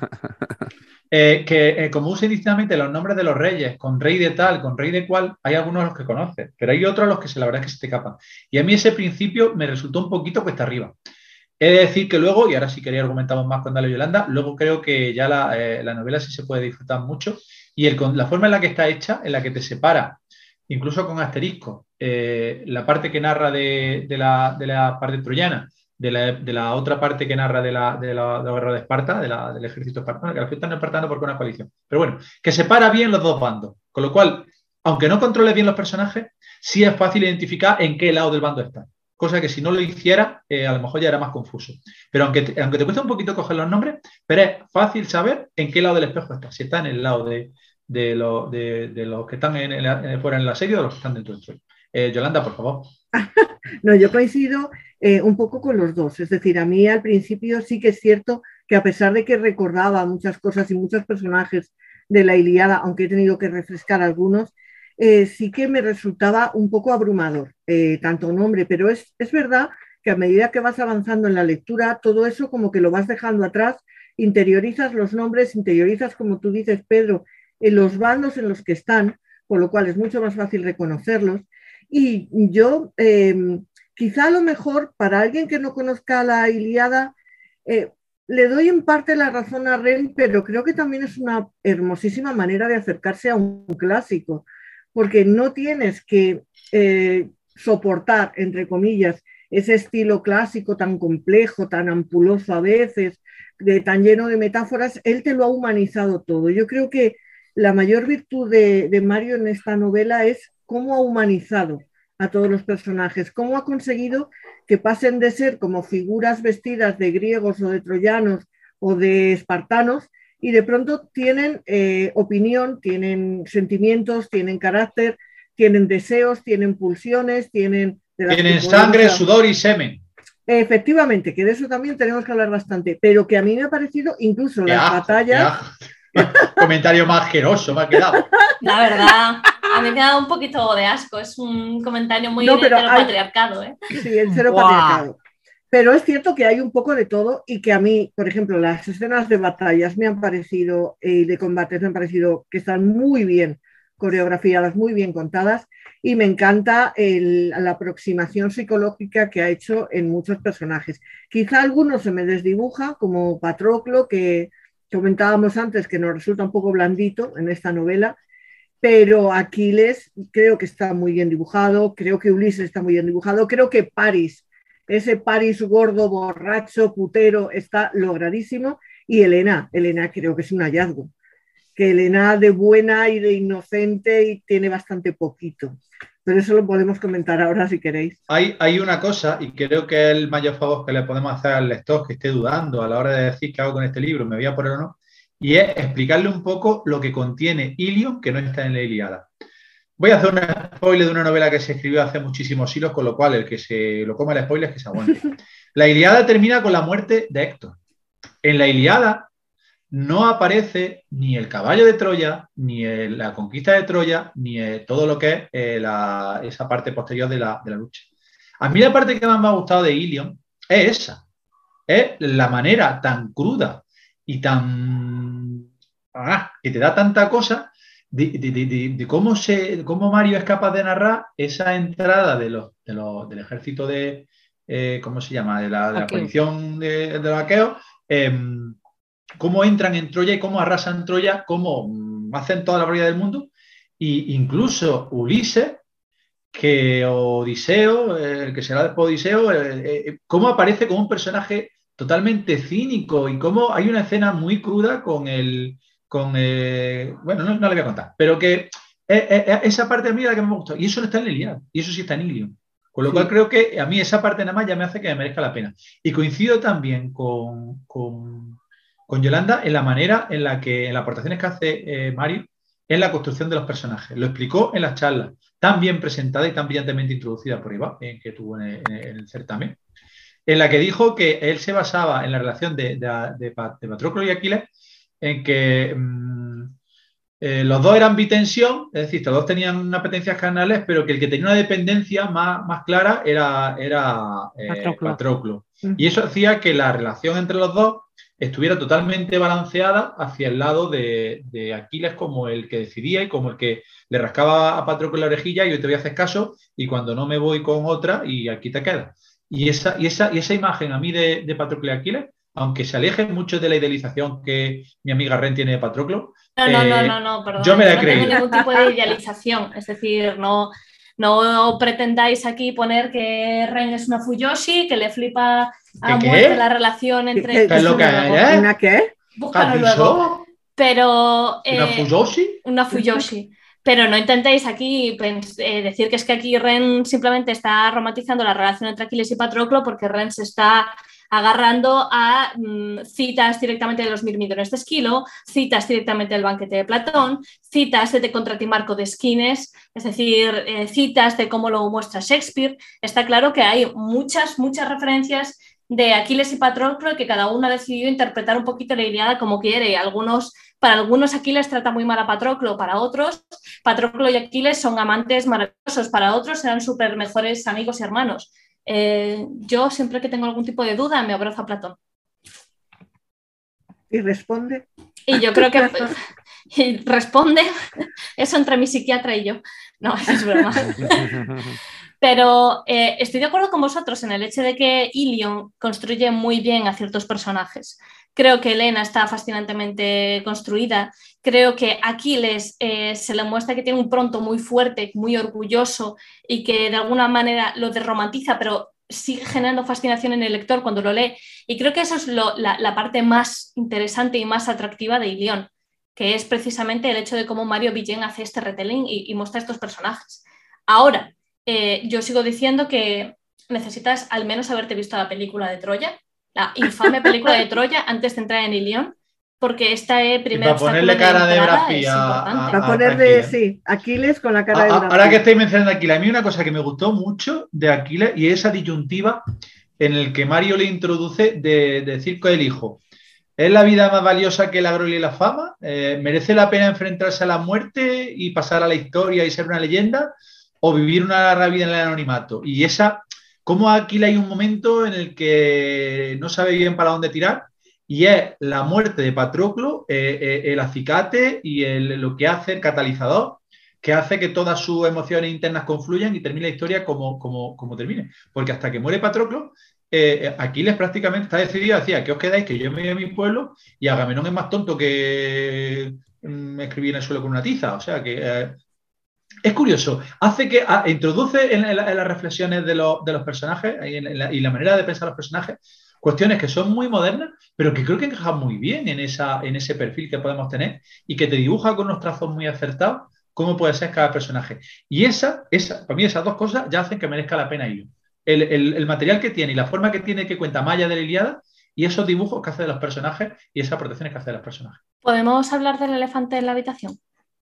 menos. Como usa indistintamente los nombres de los reyes, con rey de tal, con rey de cual, hay algunos a los que conoces, pero hay otros a los que la verdad es que se te escapan. Y a mí ese principio me resultó un poquito cuesta arriba. He de decir que luego, y ahora si quería argumentamos más con Dale Yolanda, luego creo que ya la novela sí se puede disfrutar mucho y la forma en la que está hecha, en la que te separa, incluso con asterisco, la parte que narra de la parte troyana, de la otra parte que narra de la guerra de Esparta, del ejército espartano, que al final están espartano porque es una coalición. Pero bueno, que separa bien los dos bandos. Con lo cual, aunque no controles bien los personajes, sí es fácil identificar en qué lado del bando están. Cosa que si no lo hiciera, a lo mejor ya era más confuso. Pero aunque te cuesta un poquito coger los nombres, pero es fácil saber en qué lado del espejo está. Si está en el lado de los que están fuera en el asedio o de los que están dentro del suelo. Yolanda, por favor. No, yo coincido un poco con los dos. Es decir, a mí al principio sí que es cierto que a pesar de que recordaba muchas cosas y muchos personajes de la Ilíada, aunque he tenido que refrescar algunos, sí que me resultaba un poco abrumador, tanto nombre, pero es verdad que a medida que vas avanzando en la lectura, todo eso como que lo vas dejando atrás, interiorizas los nombres, interiorizas, como tú dices, Pedro, en los bandos en los que están, con lo cual es mucho más fácil reconocerlos. Y yo, quizá a lo mejor, para alguien que no conozca la Ilíada, le doy en parte la razón a Ren, pero creo que también es una hermosísima manera de acercarse a un clásico, porque no tienes que soportar, entre comillas, ese estilo clásico tan complejo, tan ampuloso a veces, tan lleno de metáforas. Él te lo ha humanizado todo. Yo creo que la mayor virtud de Mario en esta novela es cómo ha humanizado a todos los personajes, cómo ha conseguido que pasen de ser como figuras vestidas de griegos o de troyanos o de espartanos y de pronto tienen opinión, tienen sentimientos, tienen carácter, tienen deseos, tienen pulsiones, tienen sangre, sudor y semen. Efectivamente, que de eso también tenemos que hablar bastante, pero que a mí me ha parecido incluso las batallas... Comentario más asqueroso me ha quedado. La verdad, a mí me ha dado un poquito de asco. Es un comentario muy heteropatriarcado, ¿eh? Sí, el heteropatriarcado. Pero es cierto que hay un poco de todo y que a mí, por ejemplo, las escenas de batallas me han parecido, de combates me han parecido que están muy bien coreografiadas, muy bien contadas y me encanta la aproximación psicológica que ha hecho en muchos personajes. Quizá algunos se me desdibuja, como Patroclo, que comentábamos antes que nos resulta un poco blandito en esta novela, pero Aquiles creo que está muy bien dibujado, creo que Ulises está muy bien dibujado, creo que Paris, ese Paris gordo, borracho, putero, está logradísimo, y Helena creo que es un hallazgo, que Helena de buena y de inocente y tiene bastante poquito. Pero eso lo podemos comentar ahora si queréis. Hay una cosa, y creo que es el mayor favor que le podemos hacer al lector que esté dudando a la hora de decir qué hago con este libro, me voy a poner o no, y es explicarle un poco lo que contiene Ilion que no está en la Ilíada. Voy a hacer un spoiler de una novela que se escribió hace muchísimos siglos, con lo cual el que se lo coma el spoiler es que se aguante. La Ilíada termina con la muerte de Héctor. En la Ilíada no aparece ni el caballo de Troya, ni la conquista de Troya, ni todo lo que es esa parte posterior de la lucha. A mí la parte que más me ha gustado de Ilion es esa. Es la manera tan cruda y tan... que te da tanta cosa de cómo Mario es capaz de narrar esa entrada del ejército de... ¿cómo se llama? De la coalición de los aqueos. Cómo entran en Troya y cómo arrasan Troya, cómo hacen toda la barbaridad del mundo. E incluso Ulises, que Odiseo, el que será después Odiseo, cómo aparece como un personaje totalmente cínico y cómo hay una escena muy cruda bueno, no la voy a contar, pero que esa parte a mí es la que me gustó. Y eso no está en la Ilíada, y eso sí está en Ilion. Con lo cual creo que a mí esa parte nada más ya me hace que me merezca la pena. Y coincido también con Yolanda en la manera en la que, en las aportaciones que hace Mario, en la construcción de los personajes. Lo explicó en las charlas, tan bien presentada y tan brillantemente introducida por Iván, que tuvo en el certamen, en la que dijo que él se basaba en la relación de Patroclo y Aquiles, en que los dos eran bitensión, es decir, los dos tenían unas apetencias carnales, pero que el que tenía una dependencia más clara era Patroclo. Y eso hacía que la relación entre los dos estuviera totalmente balanceada hacia el lado de Aquiles como el que decidía y como el que le rascaba a Patroclo la orejilla y yo te voy a hacer caso y cuando no me voy con otra y aquí te quedas. Y esa imagen a mí de Patroclo y Aquiles, aunque se aleje mucho de la idealización que mi amiga Ren tiene de Patroclo, no, perdón. Yo me la no creí. tengo ningún tipo de idealización. Es decir, no pretendáis aquí poner que Ren es una Fuyoshi, que le flipa a muerte la relación entre... ¿Qué es lo que es? ¿Una qué? Búscalo luego. Pero... ¿Una Fuyoshi? Una Fuyoshi. Pero no intentéis aquí decir que es que aquí Ren simplemente está romantizando la relación entre Aquiles y Patroclo porque Ren se está agarrando a citas directamente de los Mirmidones de Esquilo, citas directamente del banquete de Platón, citas de Contra Timarco de Esquines, es decir, citas de cómo lo muestra Shakespeare. Está claro que hay muchas referencias de Aquiles y Patroclo que cada uno ha decidido interpretar un poquito la Ilíada como quiere. Para algunos Aquiles trata muy mal a Patroclo, para otros Patroclo y Aquiles son amantes maravillosos, para otros serán súper mejores amigos y hermanos. Yo siempre que tengo algún tipo de duda me abrazo a Platón. ¿Y responde? Y yo creo que responde eso entre mi psiquiatra y yo. No, eso es broma. Pero estoy de acuerdo con vosotros en el hecho de que Ilion construye muy bien a ciertos personajes. Creo que Helena está fascinantemente construida. Creo que Aquiles se le muestra que tiene un pronto muy fuerte, muy orgulloso y que de alguna manera lo desromantiza, pero sigue generando fascinación en el lector cuando lo lee. Y creo que eso es la parte más interesante y más atractiva de Ilion, que es precisamente el hecho de cómo Mario Villén hace este retelling y muestra estos personajes. Ahora, yo sigo diciendo que necesitas al menos haberte visto la película de Troya, la infame película de Troya, antes de entrar en Ilion, porque esta primera ponerle cara de Brad Pitt para ponerle, Aquiles con la cara de Brad Pitt. Ahora que estáis mencionando a Aquiles, a mí una cosa que me gustó mucho de Aquiles y esa disyuntiva en el que Mario le introduce de decir con el hijo. ¿Es la vida más valiosa que la gloria y la fama? ¿Merece la pena enfrentarse a la muerte y pasar a la historia y ser una leyenda? ¿O vivir una larga vida en el anonimato? Y como aquí hay un momento en el que no sabe bien para dónde tirar y es la muerte de Patroclo, el acicate y lo que hace el catalizador, que hace que todas sus emociones internas confluyan y termine la historia como termine. Porque hasta que muere Patroclo, Aquiles prácticamente está decidido, decía, que os quedáis, que yo me voy a mi pueblo y Agamenón es más tonto que escribir en el suelo con una tiza. O sea que... es curioso, hace que introduce en las reflexiones de los personajes y la manera de pensar los personajes cuestiones que son muy modernas, pero que creo que encajan muy bien en ese perfil que podemos tener y que te dibuja con unos trazos muy acertados cómo puede ser cada personaje. Y para mí esas dos cosas ya hacen que merezca la pena ir. El material que tiene y la forma que tiene que cuenta Maya de la Ilíada y esos dibujos que hace de los personajes y esas protecciones que hace de los personajes. ¿Podemos hablar del elefante en la habitación?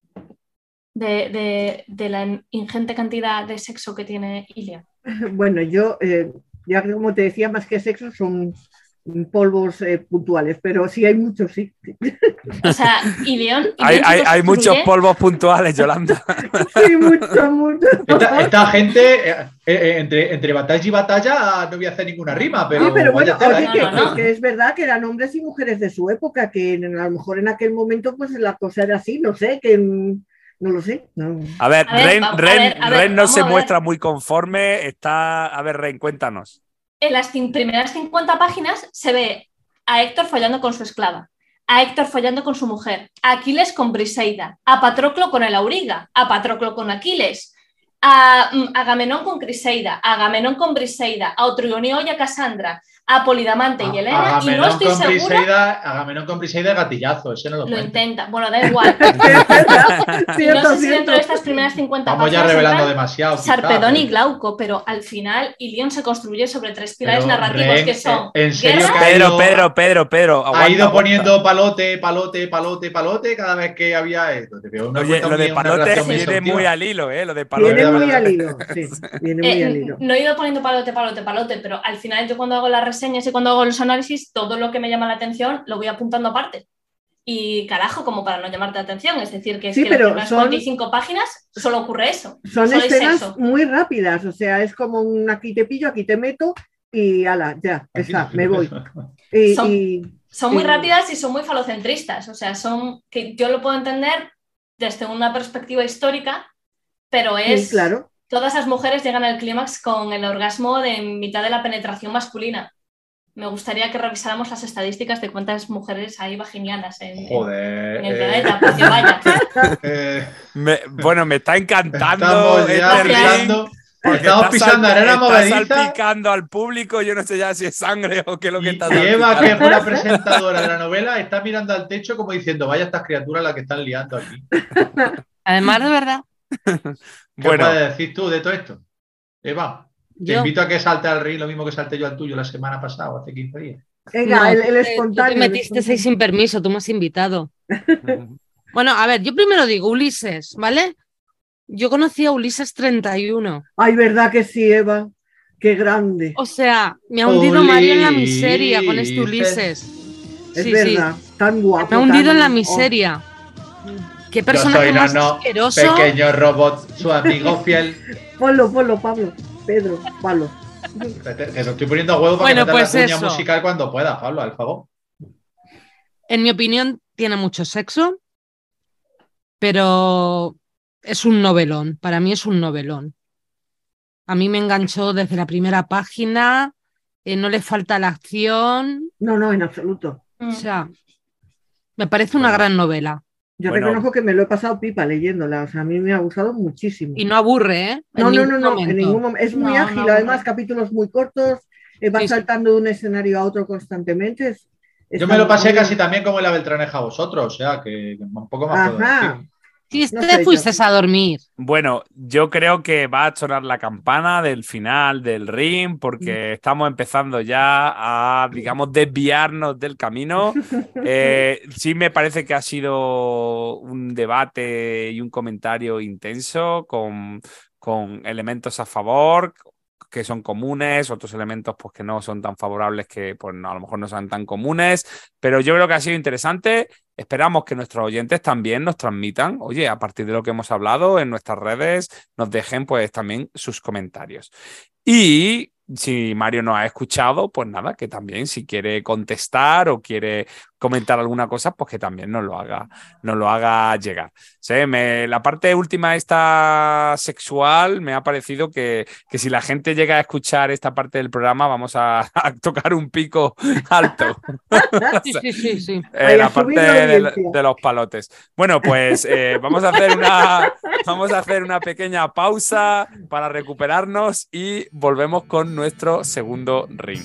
De la ingente cantidad de sexo que tiene Ilion. Bueno, yo, ya como te decía, más que sexo son polvos puntuales, pero sí hay muchos, sí. O sea, Ilion hay muchos polvos puntuales, Yolanda. Sí, mucho. Esta gente, entre batalla y batalla, no voy a hacer ninguna rima, pero... Sí, pero bueno, que es verdad que eran hombres y mujeres de su época, que a lo mejor en aquel momento pues la cosa era así, no sé, que... No lo sé. No. A ver, Ren no se muestra muy conforme. A ver, Ren, cuéntanos. En las primeras 50 páginas se ve a Héctor follando con su esclava, a Héctor follando con su mujer, a Aquiles con Briseida, a Patroclo con el auriga, a Patroclo con Aquiles. a Agamenón con Criseida, a Agamenón con Briseida, a Otrioneo y a Cassandra, a Polidamante y Helena, y no estoy segura... Agamenón con Briseida, gatillazo, ese no lo cuenta. Intenta, bueno, da igual. Y no sé si dentro de estas primeras 50 Vamos ya revelando demasiado. Sarpedón y Glauco, pero al final Ilión se construye sobre 3 pilares narrativos que son... ¿En serio guerra, Pedro, ha ido poniendo palote cada vez que había esto. Oye, lo de palote viene muy al hilo, lo de palote. Viene muy al hilo, sí, viene muy al hilo. No he ido poniendo palote, pero al final yo cuando hago las reseñas y cuando hago los análisis, todo lo que me llama la atención lo voy apuntando aparte. Y carajo, como para no llamarte la atención, es decir, que, es que en las primeras 45 páginas solo ocurre eso. Son escenas muy rápidas, o sea, es como un aquí te pillo, aquí te meto y ala, ya, está, me voy. Son muy rápidas y son muy falocentristas, o sea, son que yo lo puedo entender desde una perspectiva histórica, pero es... Sí, claro. Todas las mujeres llegan al clímax con el orgasmo de mitad de la penetración masculina. Me gustaría que revisáramos las estadísticas de cuántas mujeres hay vaginianas en el planeta, porque vaya. Bueno, me está encantando Estamos pisando arena movediza. Está salpicando al público, yo no sé ya si es sangre o qué es lo que está salpicando. Y Eva, que fue la presentadora de la novela, está mirando al techo como diciendo, vaya estas criaturas las que están liando aquí. Además, de verdad. ¿Qué puedes decir tú de todo esto? Eva, te invito a que salte al ring lo mismo que salté yo al tuyo la semana pasada, hace 15 días. Venga, el espontáneo. Tú te metiste ahí sin permiso, tú me has invitado. Bueno, a ver, yo primero digo Ulises, ¿vale? Yo conocí a Ulises 31. Ay, ¿verdad que sí, Eva? Qué grande. O sea, me ha hundido Mario en la miseria con este Ulises. Es verdad, tan guapo. Me ha hundido en la miseria. ¿Qué personaje más asqueroso? Pequeño robot, su amigo fiel. Ponlo, Pablo. Pedro, Pablo. Te lo estoy poniendo a huevo para que metas la cuña musical cuando pueda, Pablo, al favor. En mi opinión, tiene mucho sexo, pero es un novelón. Para mí es un novelón. A mí me enganchó desde la primera página, no le falta la acción. No, en absoluto. O sea, me parece una gran novela. Yo reconozco que me lo he pasado pipa leyéndola, o sea, a mí me ha gustado muchísimo. Y no aburre, ¿eh? No, en ningún momento. Es muy ágil, además, capítulos muy cortos, va saltando de un escenario a otro constantemente. Yo me lo pasé casi también como en la Beltraneja vosotros, o sea, que un poco más puedo decir. Si te fuiste a dormir. Bueno, yo creo que va a sonar la campana del final del ring porque estamos empezando ya a, digamos, desviarnos del camino. Sí me parece que ha sido un debate y un comentario intenso con elementos a favor, que son comunes, otros elementos pues que no son tan favorables, que pues no, a lo mejor no son tan comunes, pero yo creo que ha sido interesante. Esperamos que nuestros oyentes también nos transmitan, oye, a partir de lo que hemos hablado en nuestras redes, nos dejen pues también sus comentarios. Y si Mario nos ha escuchado, pues nada, que también si quiere contestar o quiere comentar alguna cosa, pues que también nos lo haga llegar. ¿Sí? La parte última esta sexual me ha parecido que si la gente llega a escuchar esta parte del programa vamos a tocar un pico alto. Sí. La parte de los palotes. Bueno, pues vamos a hacer una pequeña pausa para recuperarnos y volvemos con nuestro segundo ring.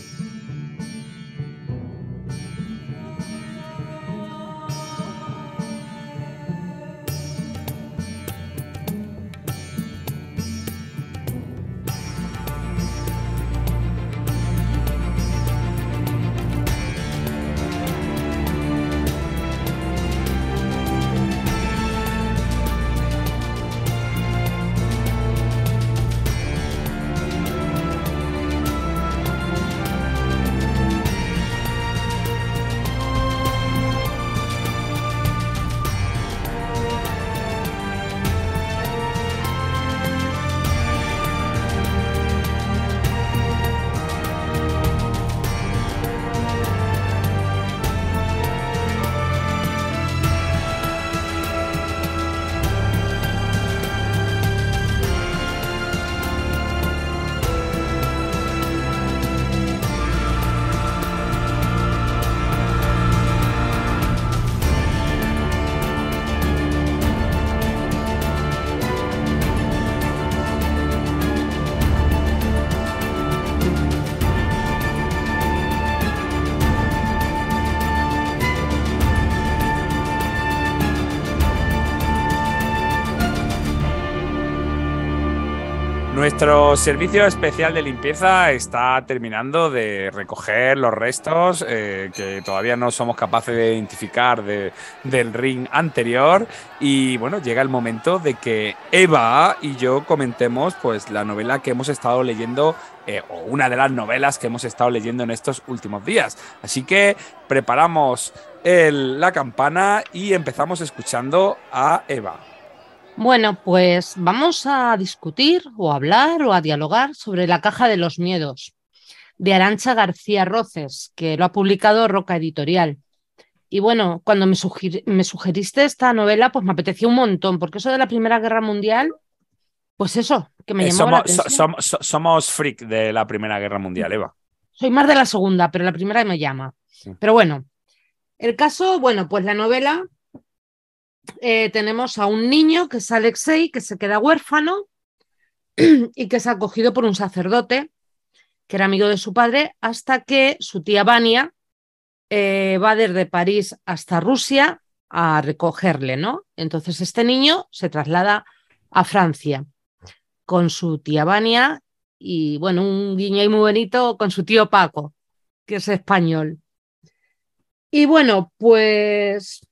Nuestro servicio especial de limpieza está terminando de recoger los restos que todavía no somos capaces de identificar del ring anterior. Y bueno, llega el momento de que Eva y yo comentemos pues la novela que hemos estado leyendo, o una de las novelas que hemos estado leyendo en estos últimos días. Así que preparamos la campana y empezamos escuchando a Eva. Bueno, pues vamos a discutir o a hablar o a dialogar sobre La caja de los miedos, de Arantxa García Roces, que lo ha publicado Roca Editorial. Y bueno, cuando me sugeriste esta novela, pues me apeteció un montón, porque eso de la Primera Guerra Mundial, pues eso, que me llamó la atención. Somos freak de la Primera Guerra Mundial, Eva. Soy más de la segunda, pero la primera me llama. Sí. Pero bueno, el caso, bueno, pues la novela... tenemos a un niño que es Alexei, que se queda huérfano y que es acogido por un sacerdote que era amigo de su padre, hasta que su tía Vania va desde París hasta Rusia a recogerle, ¿no? Entonces este niño se traslada a Francia con su tía Vania y, bueno, un guiño ahí muy bonito con su tío Paco, que es español. Y bueno, pues...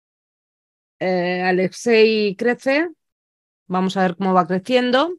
Alexei crece, vamos a ver cómo va creciendo.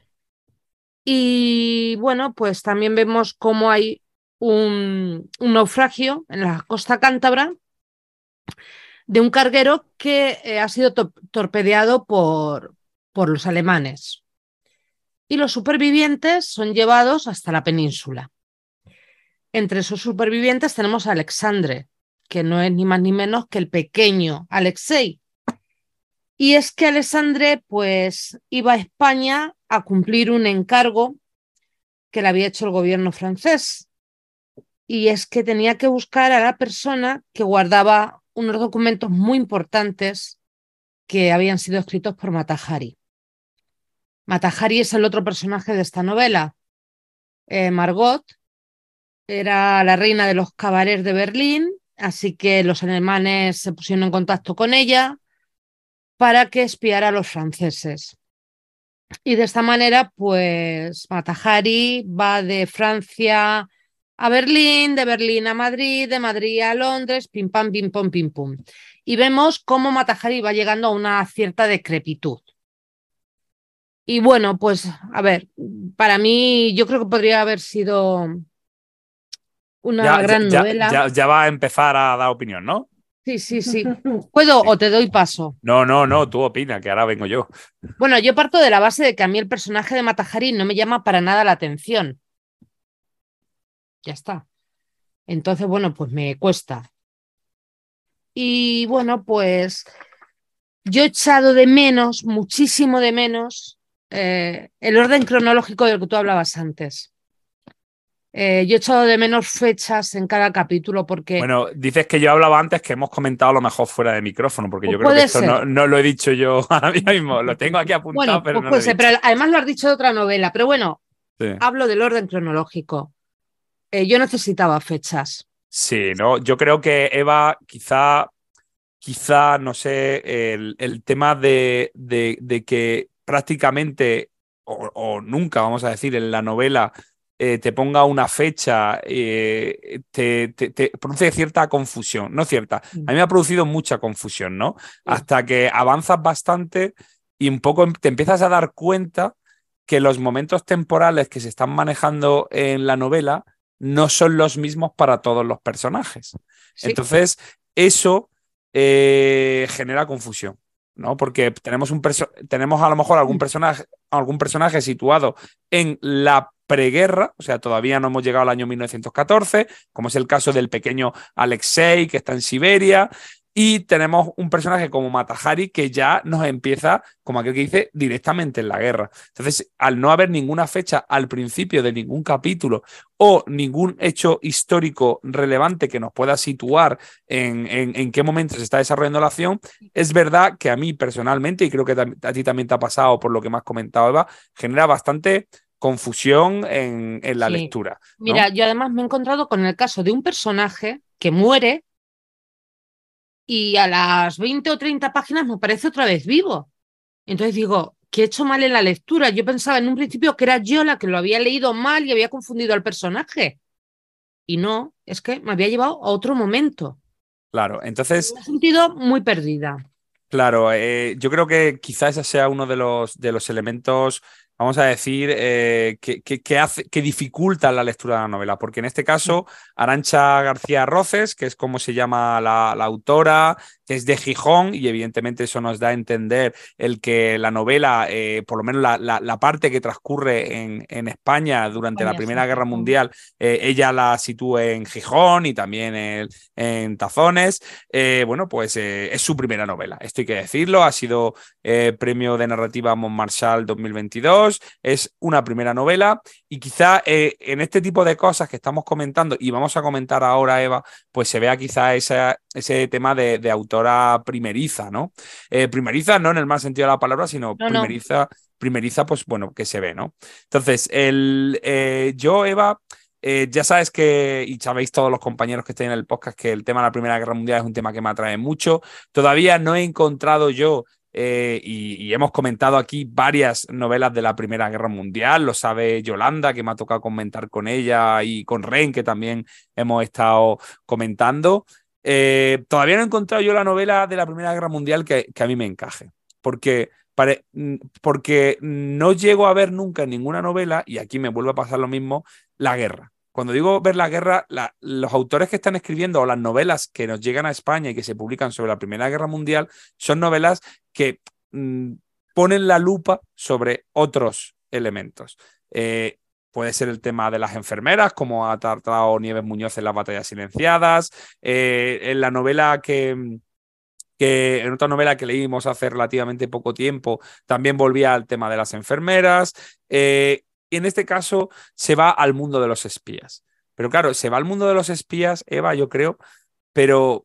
Y bueno, pues también vemos cómo hay un naufragio en la costa cántabra de un carguero que ha sido torpedeado por los alemanes. Y los supervivientes son llevados hasta la península. Entre esos supervivientes tenemos a Alexandre, que no es ni más ni menos que el pequeño Alexei. Y es que Alexandre pues iba a España a cumplir un encargo que le había hecho el gobierno francés. Y es que tenía que buscar a la persona que guardaba unos documentos muy importantes que habían sido escritos por Mata Hari. Mata Hari es el otro personaje de esta novela. Margot era la reina de los cabarets de Berlín, así que los alemanes se pusieron en contacto con ella para que espiara a los franceses. Y de esta manera, pues, Mata Hari va de Francia a Berlín, de Berlín a Madrid, de Madrid a Londres, pim pam, pim pum, pim pum. Y vemos cómo Mata Hari va llegando a una cierta decrepitud. Y bueno, pues, a ver, para mí yo creo que podría haber sido una gran novela. Ya va a empezar a dar opinión, ¿no? Sí. ¿Puedo o te doy paso? No, tú opina, que ahora vengo yo. Bueno, yo parto de la base de que a mí el personaje de Mata Hari no me llama para nada la atención. Ya está. Entonces, bueno, pues me cuesta. Y bueno, pues yo he echado de menos, muchísimo de menos, el orden cronológico del que tú hablabas antes. Yo he echado de menos fechas en cada capítulo porque... Bueno, dices que yo hablaba antes, que hemos comentado a lo mejor fuera de micrófono, porque yo creo que esto no lo he dicho yo ahora mismo, lo tengo aquí apuntado, bueno, pero pues no puede lo he ser, pero además lo has dicho de otra novela, pero bueno, sí. Hablo del orden cronológico. Yo necesitaba fechas. Sí, ¿no? Yo creo que Eva quizá no sé, el tema de que prácticamente, o nunca, vamos a decir, en la novela... te ponga una fecha, te produce cierta confusión, no cierta. A mí me ha producido mucha confusión, ¿no? Sí. Hasta que avanzas bastante y un poco te empiezas a dar cuenta que los momentos temporales que se están manejando en la novela no son los mismos para todos los personajes. Sí. Entonces, eso genera confusión, ¿no? Porque tenemos a lo mejor algún personaje situado en la preguerra, o sea, todavía no hemos llegado al año 1914, como es el caso del pequeño Alexei, que está en Siberia, y tenemos un personaje como Mata Hari que ya nos empieza, como aquel que dice, directamente en la guerra. Entonces, al no haber ninguna fecha al principio de ningún capítulo o ningún hecho histórico relevante que nos pueda situar en qué momento se está desarrollando la acción, es verdad que a mí personalmente, y creo que a ti también te ha pasado por lo que me has comentado, Eva, genera bastante confusión en la lectura, ¿no? Mira, yo además me he encontrado con el caso de un personaje que muere y a las 20 o 30 páginas me parece otra vez vivo. Entonces digo, que he hecho mal en la lectura. Yo pensaba en un principio que era yo la que lo había leído mal y había confundido al personaje. Y no, es que me había llevado a otro momento. Claro, entonces, Me he sentido muy perdida. claro, yo creo que quizás ese sea uno de los elementos, vamos a decir, que dificultan la lectura de la novela, porque en este caso, Arantxa García Roces, que es como se llama la autora, que es de Gijón, y evidentemente eso nos da a entender el que la novela, por lo menos la parte que transcurre en España durante la Primera Guerra Mundial, ella la sitúa en Gijón y también en Tazones. Bueno, pues es su primera novela, esto hay que decirlo, ha sido premio de narrativa Montmarchal 2022, es una primera novela y quizá en este tipo de cosas que estamos comentando y vamos a comentar ahora, Eva, pues se vea quizá ese tema de autora primeriza, ¿no? Primeriza no en el mal sentido de la palabra, sino primeriza, pues bueno, que se ve, ¿no? Entonces, yo, Eva... ya sabes y sabéis todos los compañeros que estén en el podcast que el tema de la Primera Guerra Mundial es un tema que me atrae mucho. Todavía no he encontrado yo, y hemos comentado aquí varias novelas de la Primera Guerra Mundial, lo sabe Yolanda, que me ha tocado comentar con ella, y con Ren, que también hemos estado comentando. Todavía no he encontrado yo la novela de la Primera Guerra Mundial que a mí me encaje, porque no llego a ver nunca en ninguna novela, y aquí me vuelve a pasar lo mismo, la guerra. Cuando digo ver la guerra, los autores que están escribiendo o las novelas que nos llegan a España y que se publican sobre la Primera Guerra Mundial son novelas que ponen la lupa sobre otros elementos. Puede ser el tema de las enfermeras, como ha tratado Nieves Muñoz en Las batallas silenciadas, en la novela que en otra novela que leímos hace relativamente poco tiempo también volvía al tema de las enfermeras. Y en este caso se va al mundo de los espías. Pero claro, se va al mundo de los espías, Eva, yo creo, pero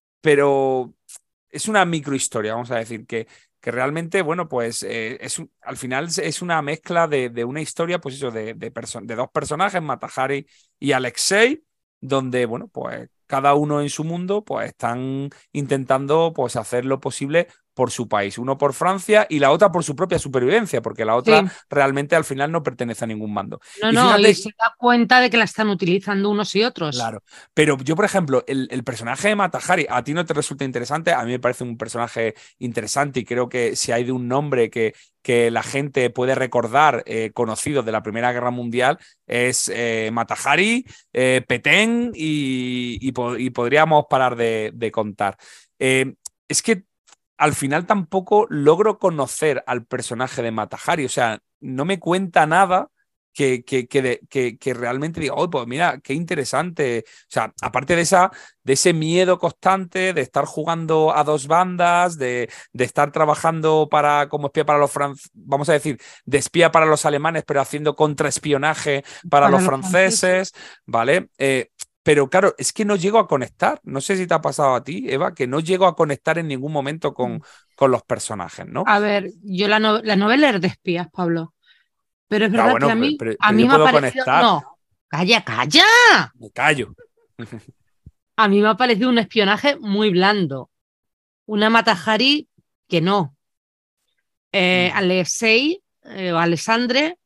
es una microhistoria, vamos a decir, que realmente, bueno, pues al final es una mezcla de una historia, pues eso, de dos personajes, Mata Hari y Alexei, donde, bueno, pues cada uno en su mundo, pues están intentando pues hacer lo posible por su país. Uno por Francia y la otra por su propia supervivencia, porque la otra realmente al final no pertenece a ningún mando. Y se da cuenta de que la están utilizando unos y otros. Claro, pero yo, por ejemplo, el personaje de Mata Hari, ¿a ti no te resulta interesante? A mí me parece un personaje interesante y creo que si hay de un nombre que la gente puede recordar conocido de la Primera Guerra Mundial es Mata Hari, Petén y podríamos parar de contar. Es que al final tampoco logro conocer al personaje de Mata Hari, o sea, no me cuenta nada que realmente diga, oh, pues mira, qué interesante. O sea, aparte de ese miedo constante de estar jugando a dos bandas, de estar trabajando como espía para los franceses, vamos a decir, de espía para los alemanes, pero haciendo contraespionaje para los franceses, ¿vale? Pero claro, es que no llego a conectar. No sé si te ha pasado a ti, Eva, que no llego a conectar en ningún momento con los personajes, ¿no? A ver, yo la novela es de espías, Pablo. Pero es verdad que a mí, pero a mí yo me ha puedo parecido... conectar. No, calla. Me callo. A mí me ha parecido un espionaje muy blando. Una Mata Hari que no. Alexei o Alexandre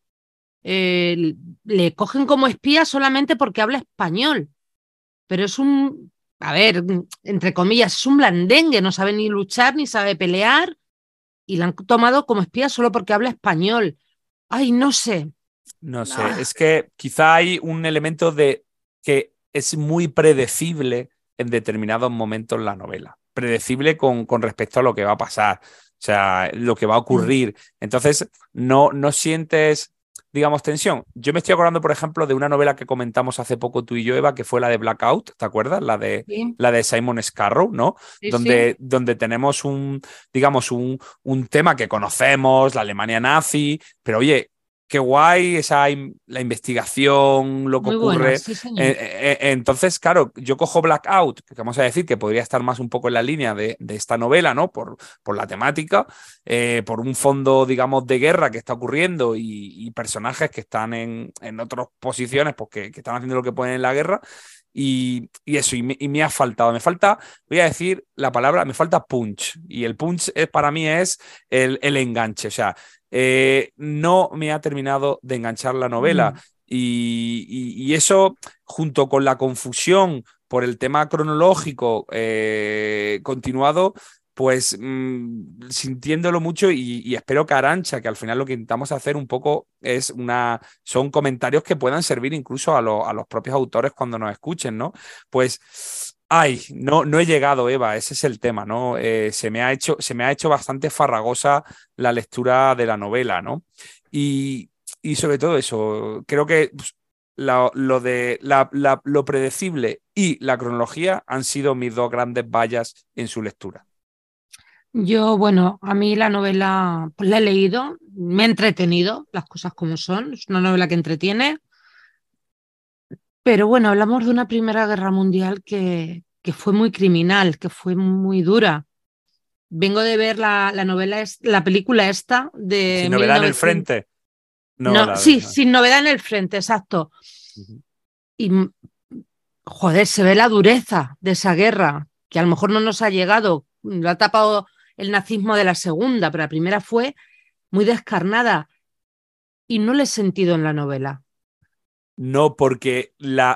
le cogen como espía solamente porque habla español. Pero es a ver, entre comillas, es un blandengue, no sabe ni luchar ni sabe pelear y la han tomado como espía solo porque habla español. Ay, no sé. No sé, es que quizá hay un elemento de que es muy predecible en determinados momentos en la novela. Predecible con respecto a lo que va a pasar, o sea, lo que va a ocurrir. Entonces, no sientes, digamos, tensión. Yo me estoy acordando, por ejemplo, de una novela que comentamos hace poco tú y yo, Eva, que fue la de Blackout, ¿te acuerdas? La de Simon Scarrow, ¿no? Sí, donde tenemos un tema que conocemos, la Alemania nazi, pero oye, qué guay la investigación, lo que muy ocurre. Buena, sí, señor. Entonces, claro, yo cojo Blackout, que vamos a decir que podría estar más un poco en la línea de esta novela, ¿no? Por la temática, por un fondo, digamos, de guerra que está ocurriendo y personajes que están en otras posiciones, pues que están haciendo lo que pueden en la guerra. Y eso, me ha faltado. Me falta, voy a decir la palabra, me falta punch. Y el punch para mí es el enganche. O sea, no me ha terminado de enganchar la novela. Y eso, junto con la confusión por el tema cronológico continuado, pues sintiéndolo mucho y espero que Arantxa, que al final lo que intentamos hacer un poco son comentarios que puedan servir incluso a los propios autores cuando nos escuchen, ¿no? Pues, no he llegado, Eva, ese es el tema, ¿no? Se me ha hecho bastante farragosa la lectura de la novela, ¿no? Y sobre todo eso, creo que lo predecible y la cronología han sido mis dos grandes vallas en su lectura. Yo, bueno, a mí la novela pues la he leído, me ha entretenido, las cosas como son, es una novela que entretiene, pero bueno, hablamos de una Primera Guerra Mundial que fue muy criminal, que fue muy dura. Vengo de ver la novela, la película esta de... Sin novedad en el frente. Sin novedad en el frente, exacto. Y, joder, se ve la dureza de esa guerra, que a lo mejor no nos ha llegado, lo ha tapado el nazismo de la segunda, pero la primera fue muy descarnada y no le he sentido en la novela. No, porque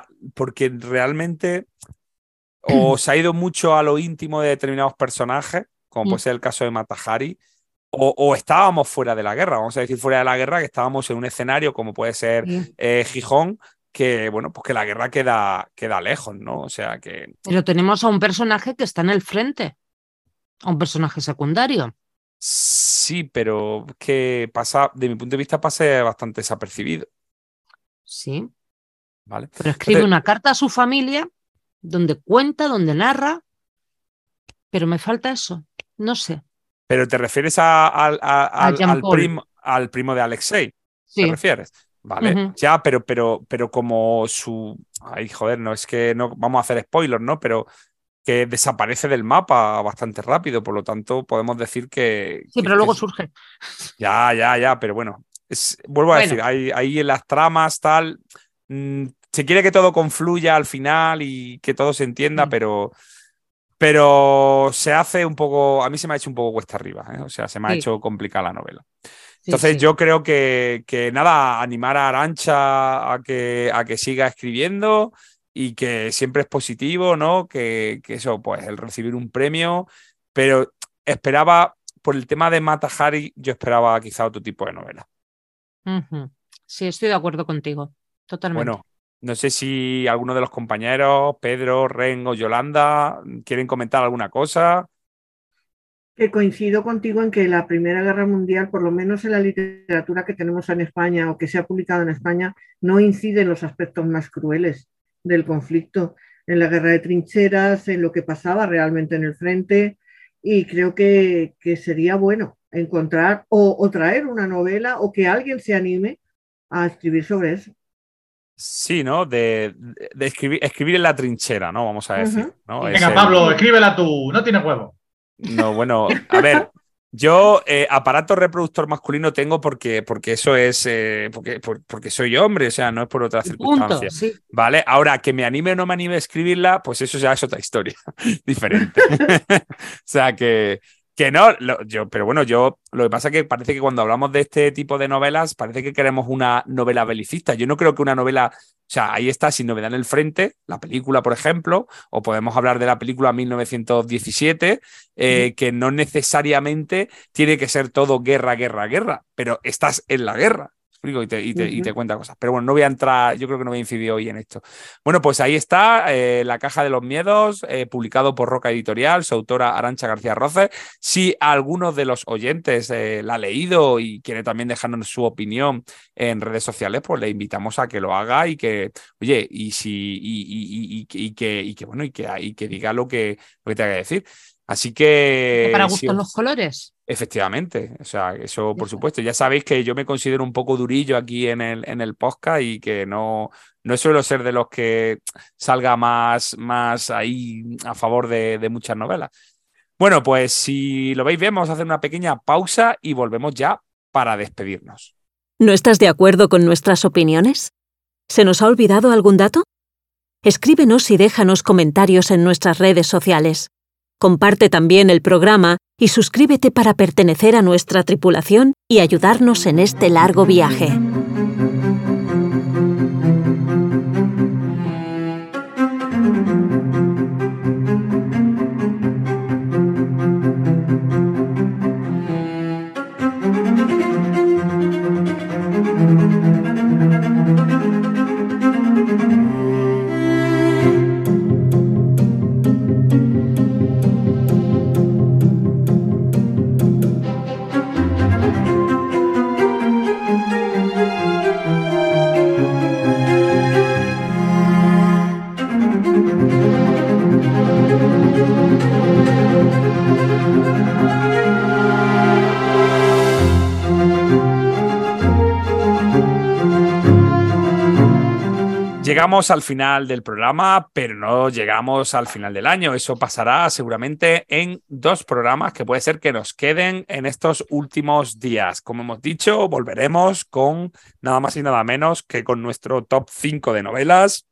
realmente se ha ido mucho a lo íntimo de determinados personajes, como puede ser el caso de Mata Hari, o estábamos fuera de la guerra, vamos a decir fuera de la guerra, que estábamos en un escenario como puede ser Gijón, que bueno, pues que la guerra queda lejos, ¿no? O sea que... Pero tenemos a un personaje que está en el frente, a un personaje secundario. Sí, pero que pasa, de mi punto de vista, pasa bastante desapercibido. Sí. ¿Vale? Pero escribe una carta a su familia donde cuenta, donde narra, pero me falta eso, no sé. Pero te refieres al primo de Alexei, sí. ¿Te refieres? Vale, ya, pero como su... Ay, joder, no es que no vamos a hacer spoilers, ¿no? Pero que desaparece del mapa bastante rápido, por lo tanto podemos decir que... Sí, pero luego surge. Ya, pero bueno, vuelvo a decir, ahí en las tramas tal, se quiere que todo confluya al final y que todo se entienda, pero se hace un poco, a mí se me ha hecho un poco cuesta arriba, ¿eh? O sea, se me ha hecho complicada la novela. Entonces yo creo que nada, animar a Arantxa a que siga escribiendo y que siempre es positivo, ¿no? Que eso, pues el recibir un premio, pero esperaba, por el tema de Mata Hari, yo esperaba quizá otro tipo de novela. Sí, estoy de acuerdo contigo, totalmente. Bueno, no sé si alguno de los compañeros, Pedro, Ren o Yolanda, quieren comentar alguna cosa. Que coincido contigo en que la Primera Guerra Mundial, por lo menos en la literatura que tenemos en España o que se ha publicado en España, no incide en los aspectos más crueles del conflicto, en la guerra de trincheras, en lo que pasaba realmente en el frente, y creo que sería bueno encontrar o traer una novela o que alguien se anime a escribir sobre eso. Sí, ¿no? De escribir en la trinchera, ¿no? Vamos a decir, ¿no? Venga, Pablo, escríbela tú, no tienes huevo. No, bueno, a ver, yo aparato reproductor masculino tengo porque eso es, porque soy hombre, o sea, no es por otra circunstancia. Sí. ¿Vale? Ahora, que me anime o no me anime a escribirla, pues eso ya es otra historia diferente. O sea, que no, pero bueno, lo que pasa es que parece que cuando hablamos de este tipo de novelas, parece que queremos una novela belicista. Yo no creo que una novela, o sea, ahí está Sin Novedad en el Frente, la película, por ejemplo, o podemos hablar de la película 1917, que no necesariamente tiene que ser todo guerra, pero estás en la guerra. Y te cuenta cosas. Pero bueno, no voy a entrar, yo creo que no voy a incidir hoy en esto. Bueno, pues ahí está La Caja de los Miedos, publicado por Roca Editorial, su autora Arantxa García Roces. Si alguno de los oyentes la ha leído y quiere también dejarnos su opinión en redes sociales, pues le invitamos a que lo haga y que, oye, que diga lo que tenga que decir. Así que... Para gustos los colores. Efectivamente, o sea, eso por supuesto. Ya sabéis que yo me considero un poco durillo aquí en el podcast y que no suelo ser de los que salga más ahí a favor de muchas novelas. Bueno, pues si lo veis bien, vamos a hacer una pequeña pausa y volvemos ya para despedirnos. ¿No estás de acuerdo con nuestras opiniones? ¿Se nos ha olvidado algún dato? Escríbenos y déjanos comentarios en nuestras redes sociales. Comparte también el programa y suscríbete para pertenecer a nuestra tripulación y ayudarnos en este largo viaje. Llegamos al final del programa, pero no llegamos al final del año. Eso pasará seguramente en 2 programas que puede ser que nos queden en estos últimos días. Como hemos dicho, volveremos con nada más y nada menos que con nuestro top 5 de novelas.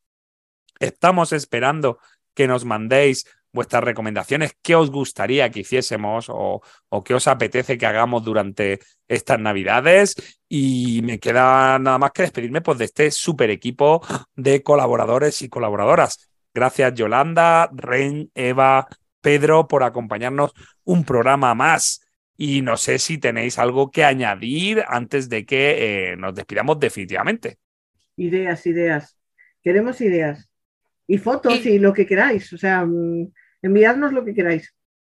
Estamos esperando que nos mandéis vuestras recomendaciones, qué os gustaría que hiciésemos o qué os apetece que hagamos durante estas Navidades. Y me queda nada más que despedirme pues, de este súper equipo de colaboradores y colaboradoras. Gracias Yolanda, Ren, Eva, Pedro por acompañarnos un programa más. Y no sé si tenéis algo que añadir antes de que nos despidamos definitivamente. Ideas. Queremos ideas. Y fotos y lo que queráis. O sea, enviadnos lo que queráis.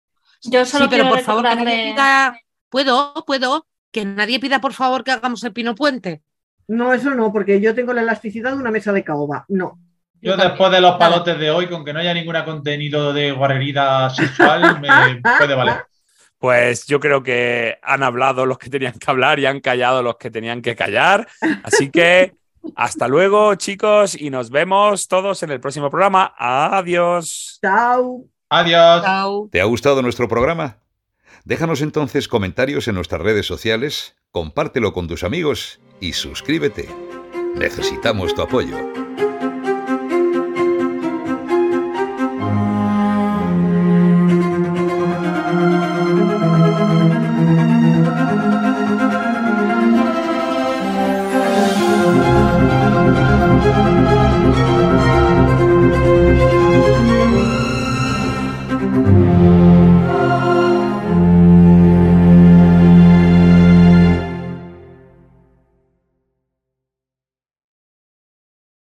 Yo solo pero quiero por favor, que nadie recordarle... pida... ¿Puedo? Que nadie pida, por favor, que hagamos el Pino Puente. No, eso no, porque yo tengo la elasticidad de una mesa de caoba. No. Yo después de los palotes de hoy, con que no haya ningún contenido de guarrería sexual, me puede valer. Pues yo creo que han hablado los que tenían que hablar y han callado los que tenían que callar. Así que hasta luego, chicos, y nos vemos todos en el próximo programa. Adiós. Chao. Adiós. Chao. ¿Te ha gustado nuestro programa? Déjanos entonces comentarios en nuestras redes sociales, compártelo con tus amigos y suscríbete. Necesitamos tu apoyo.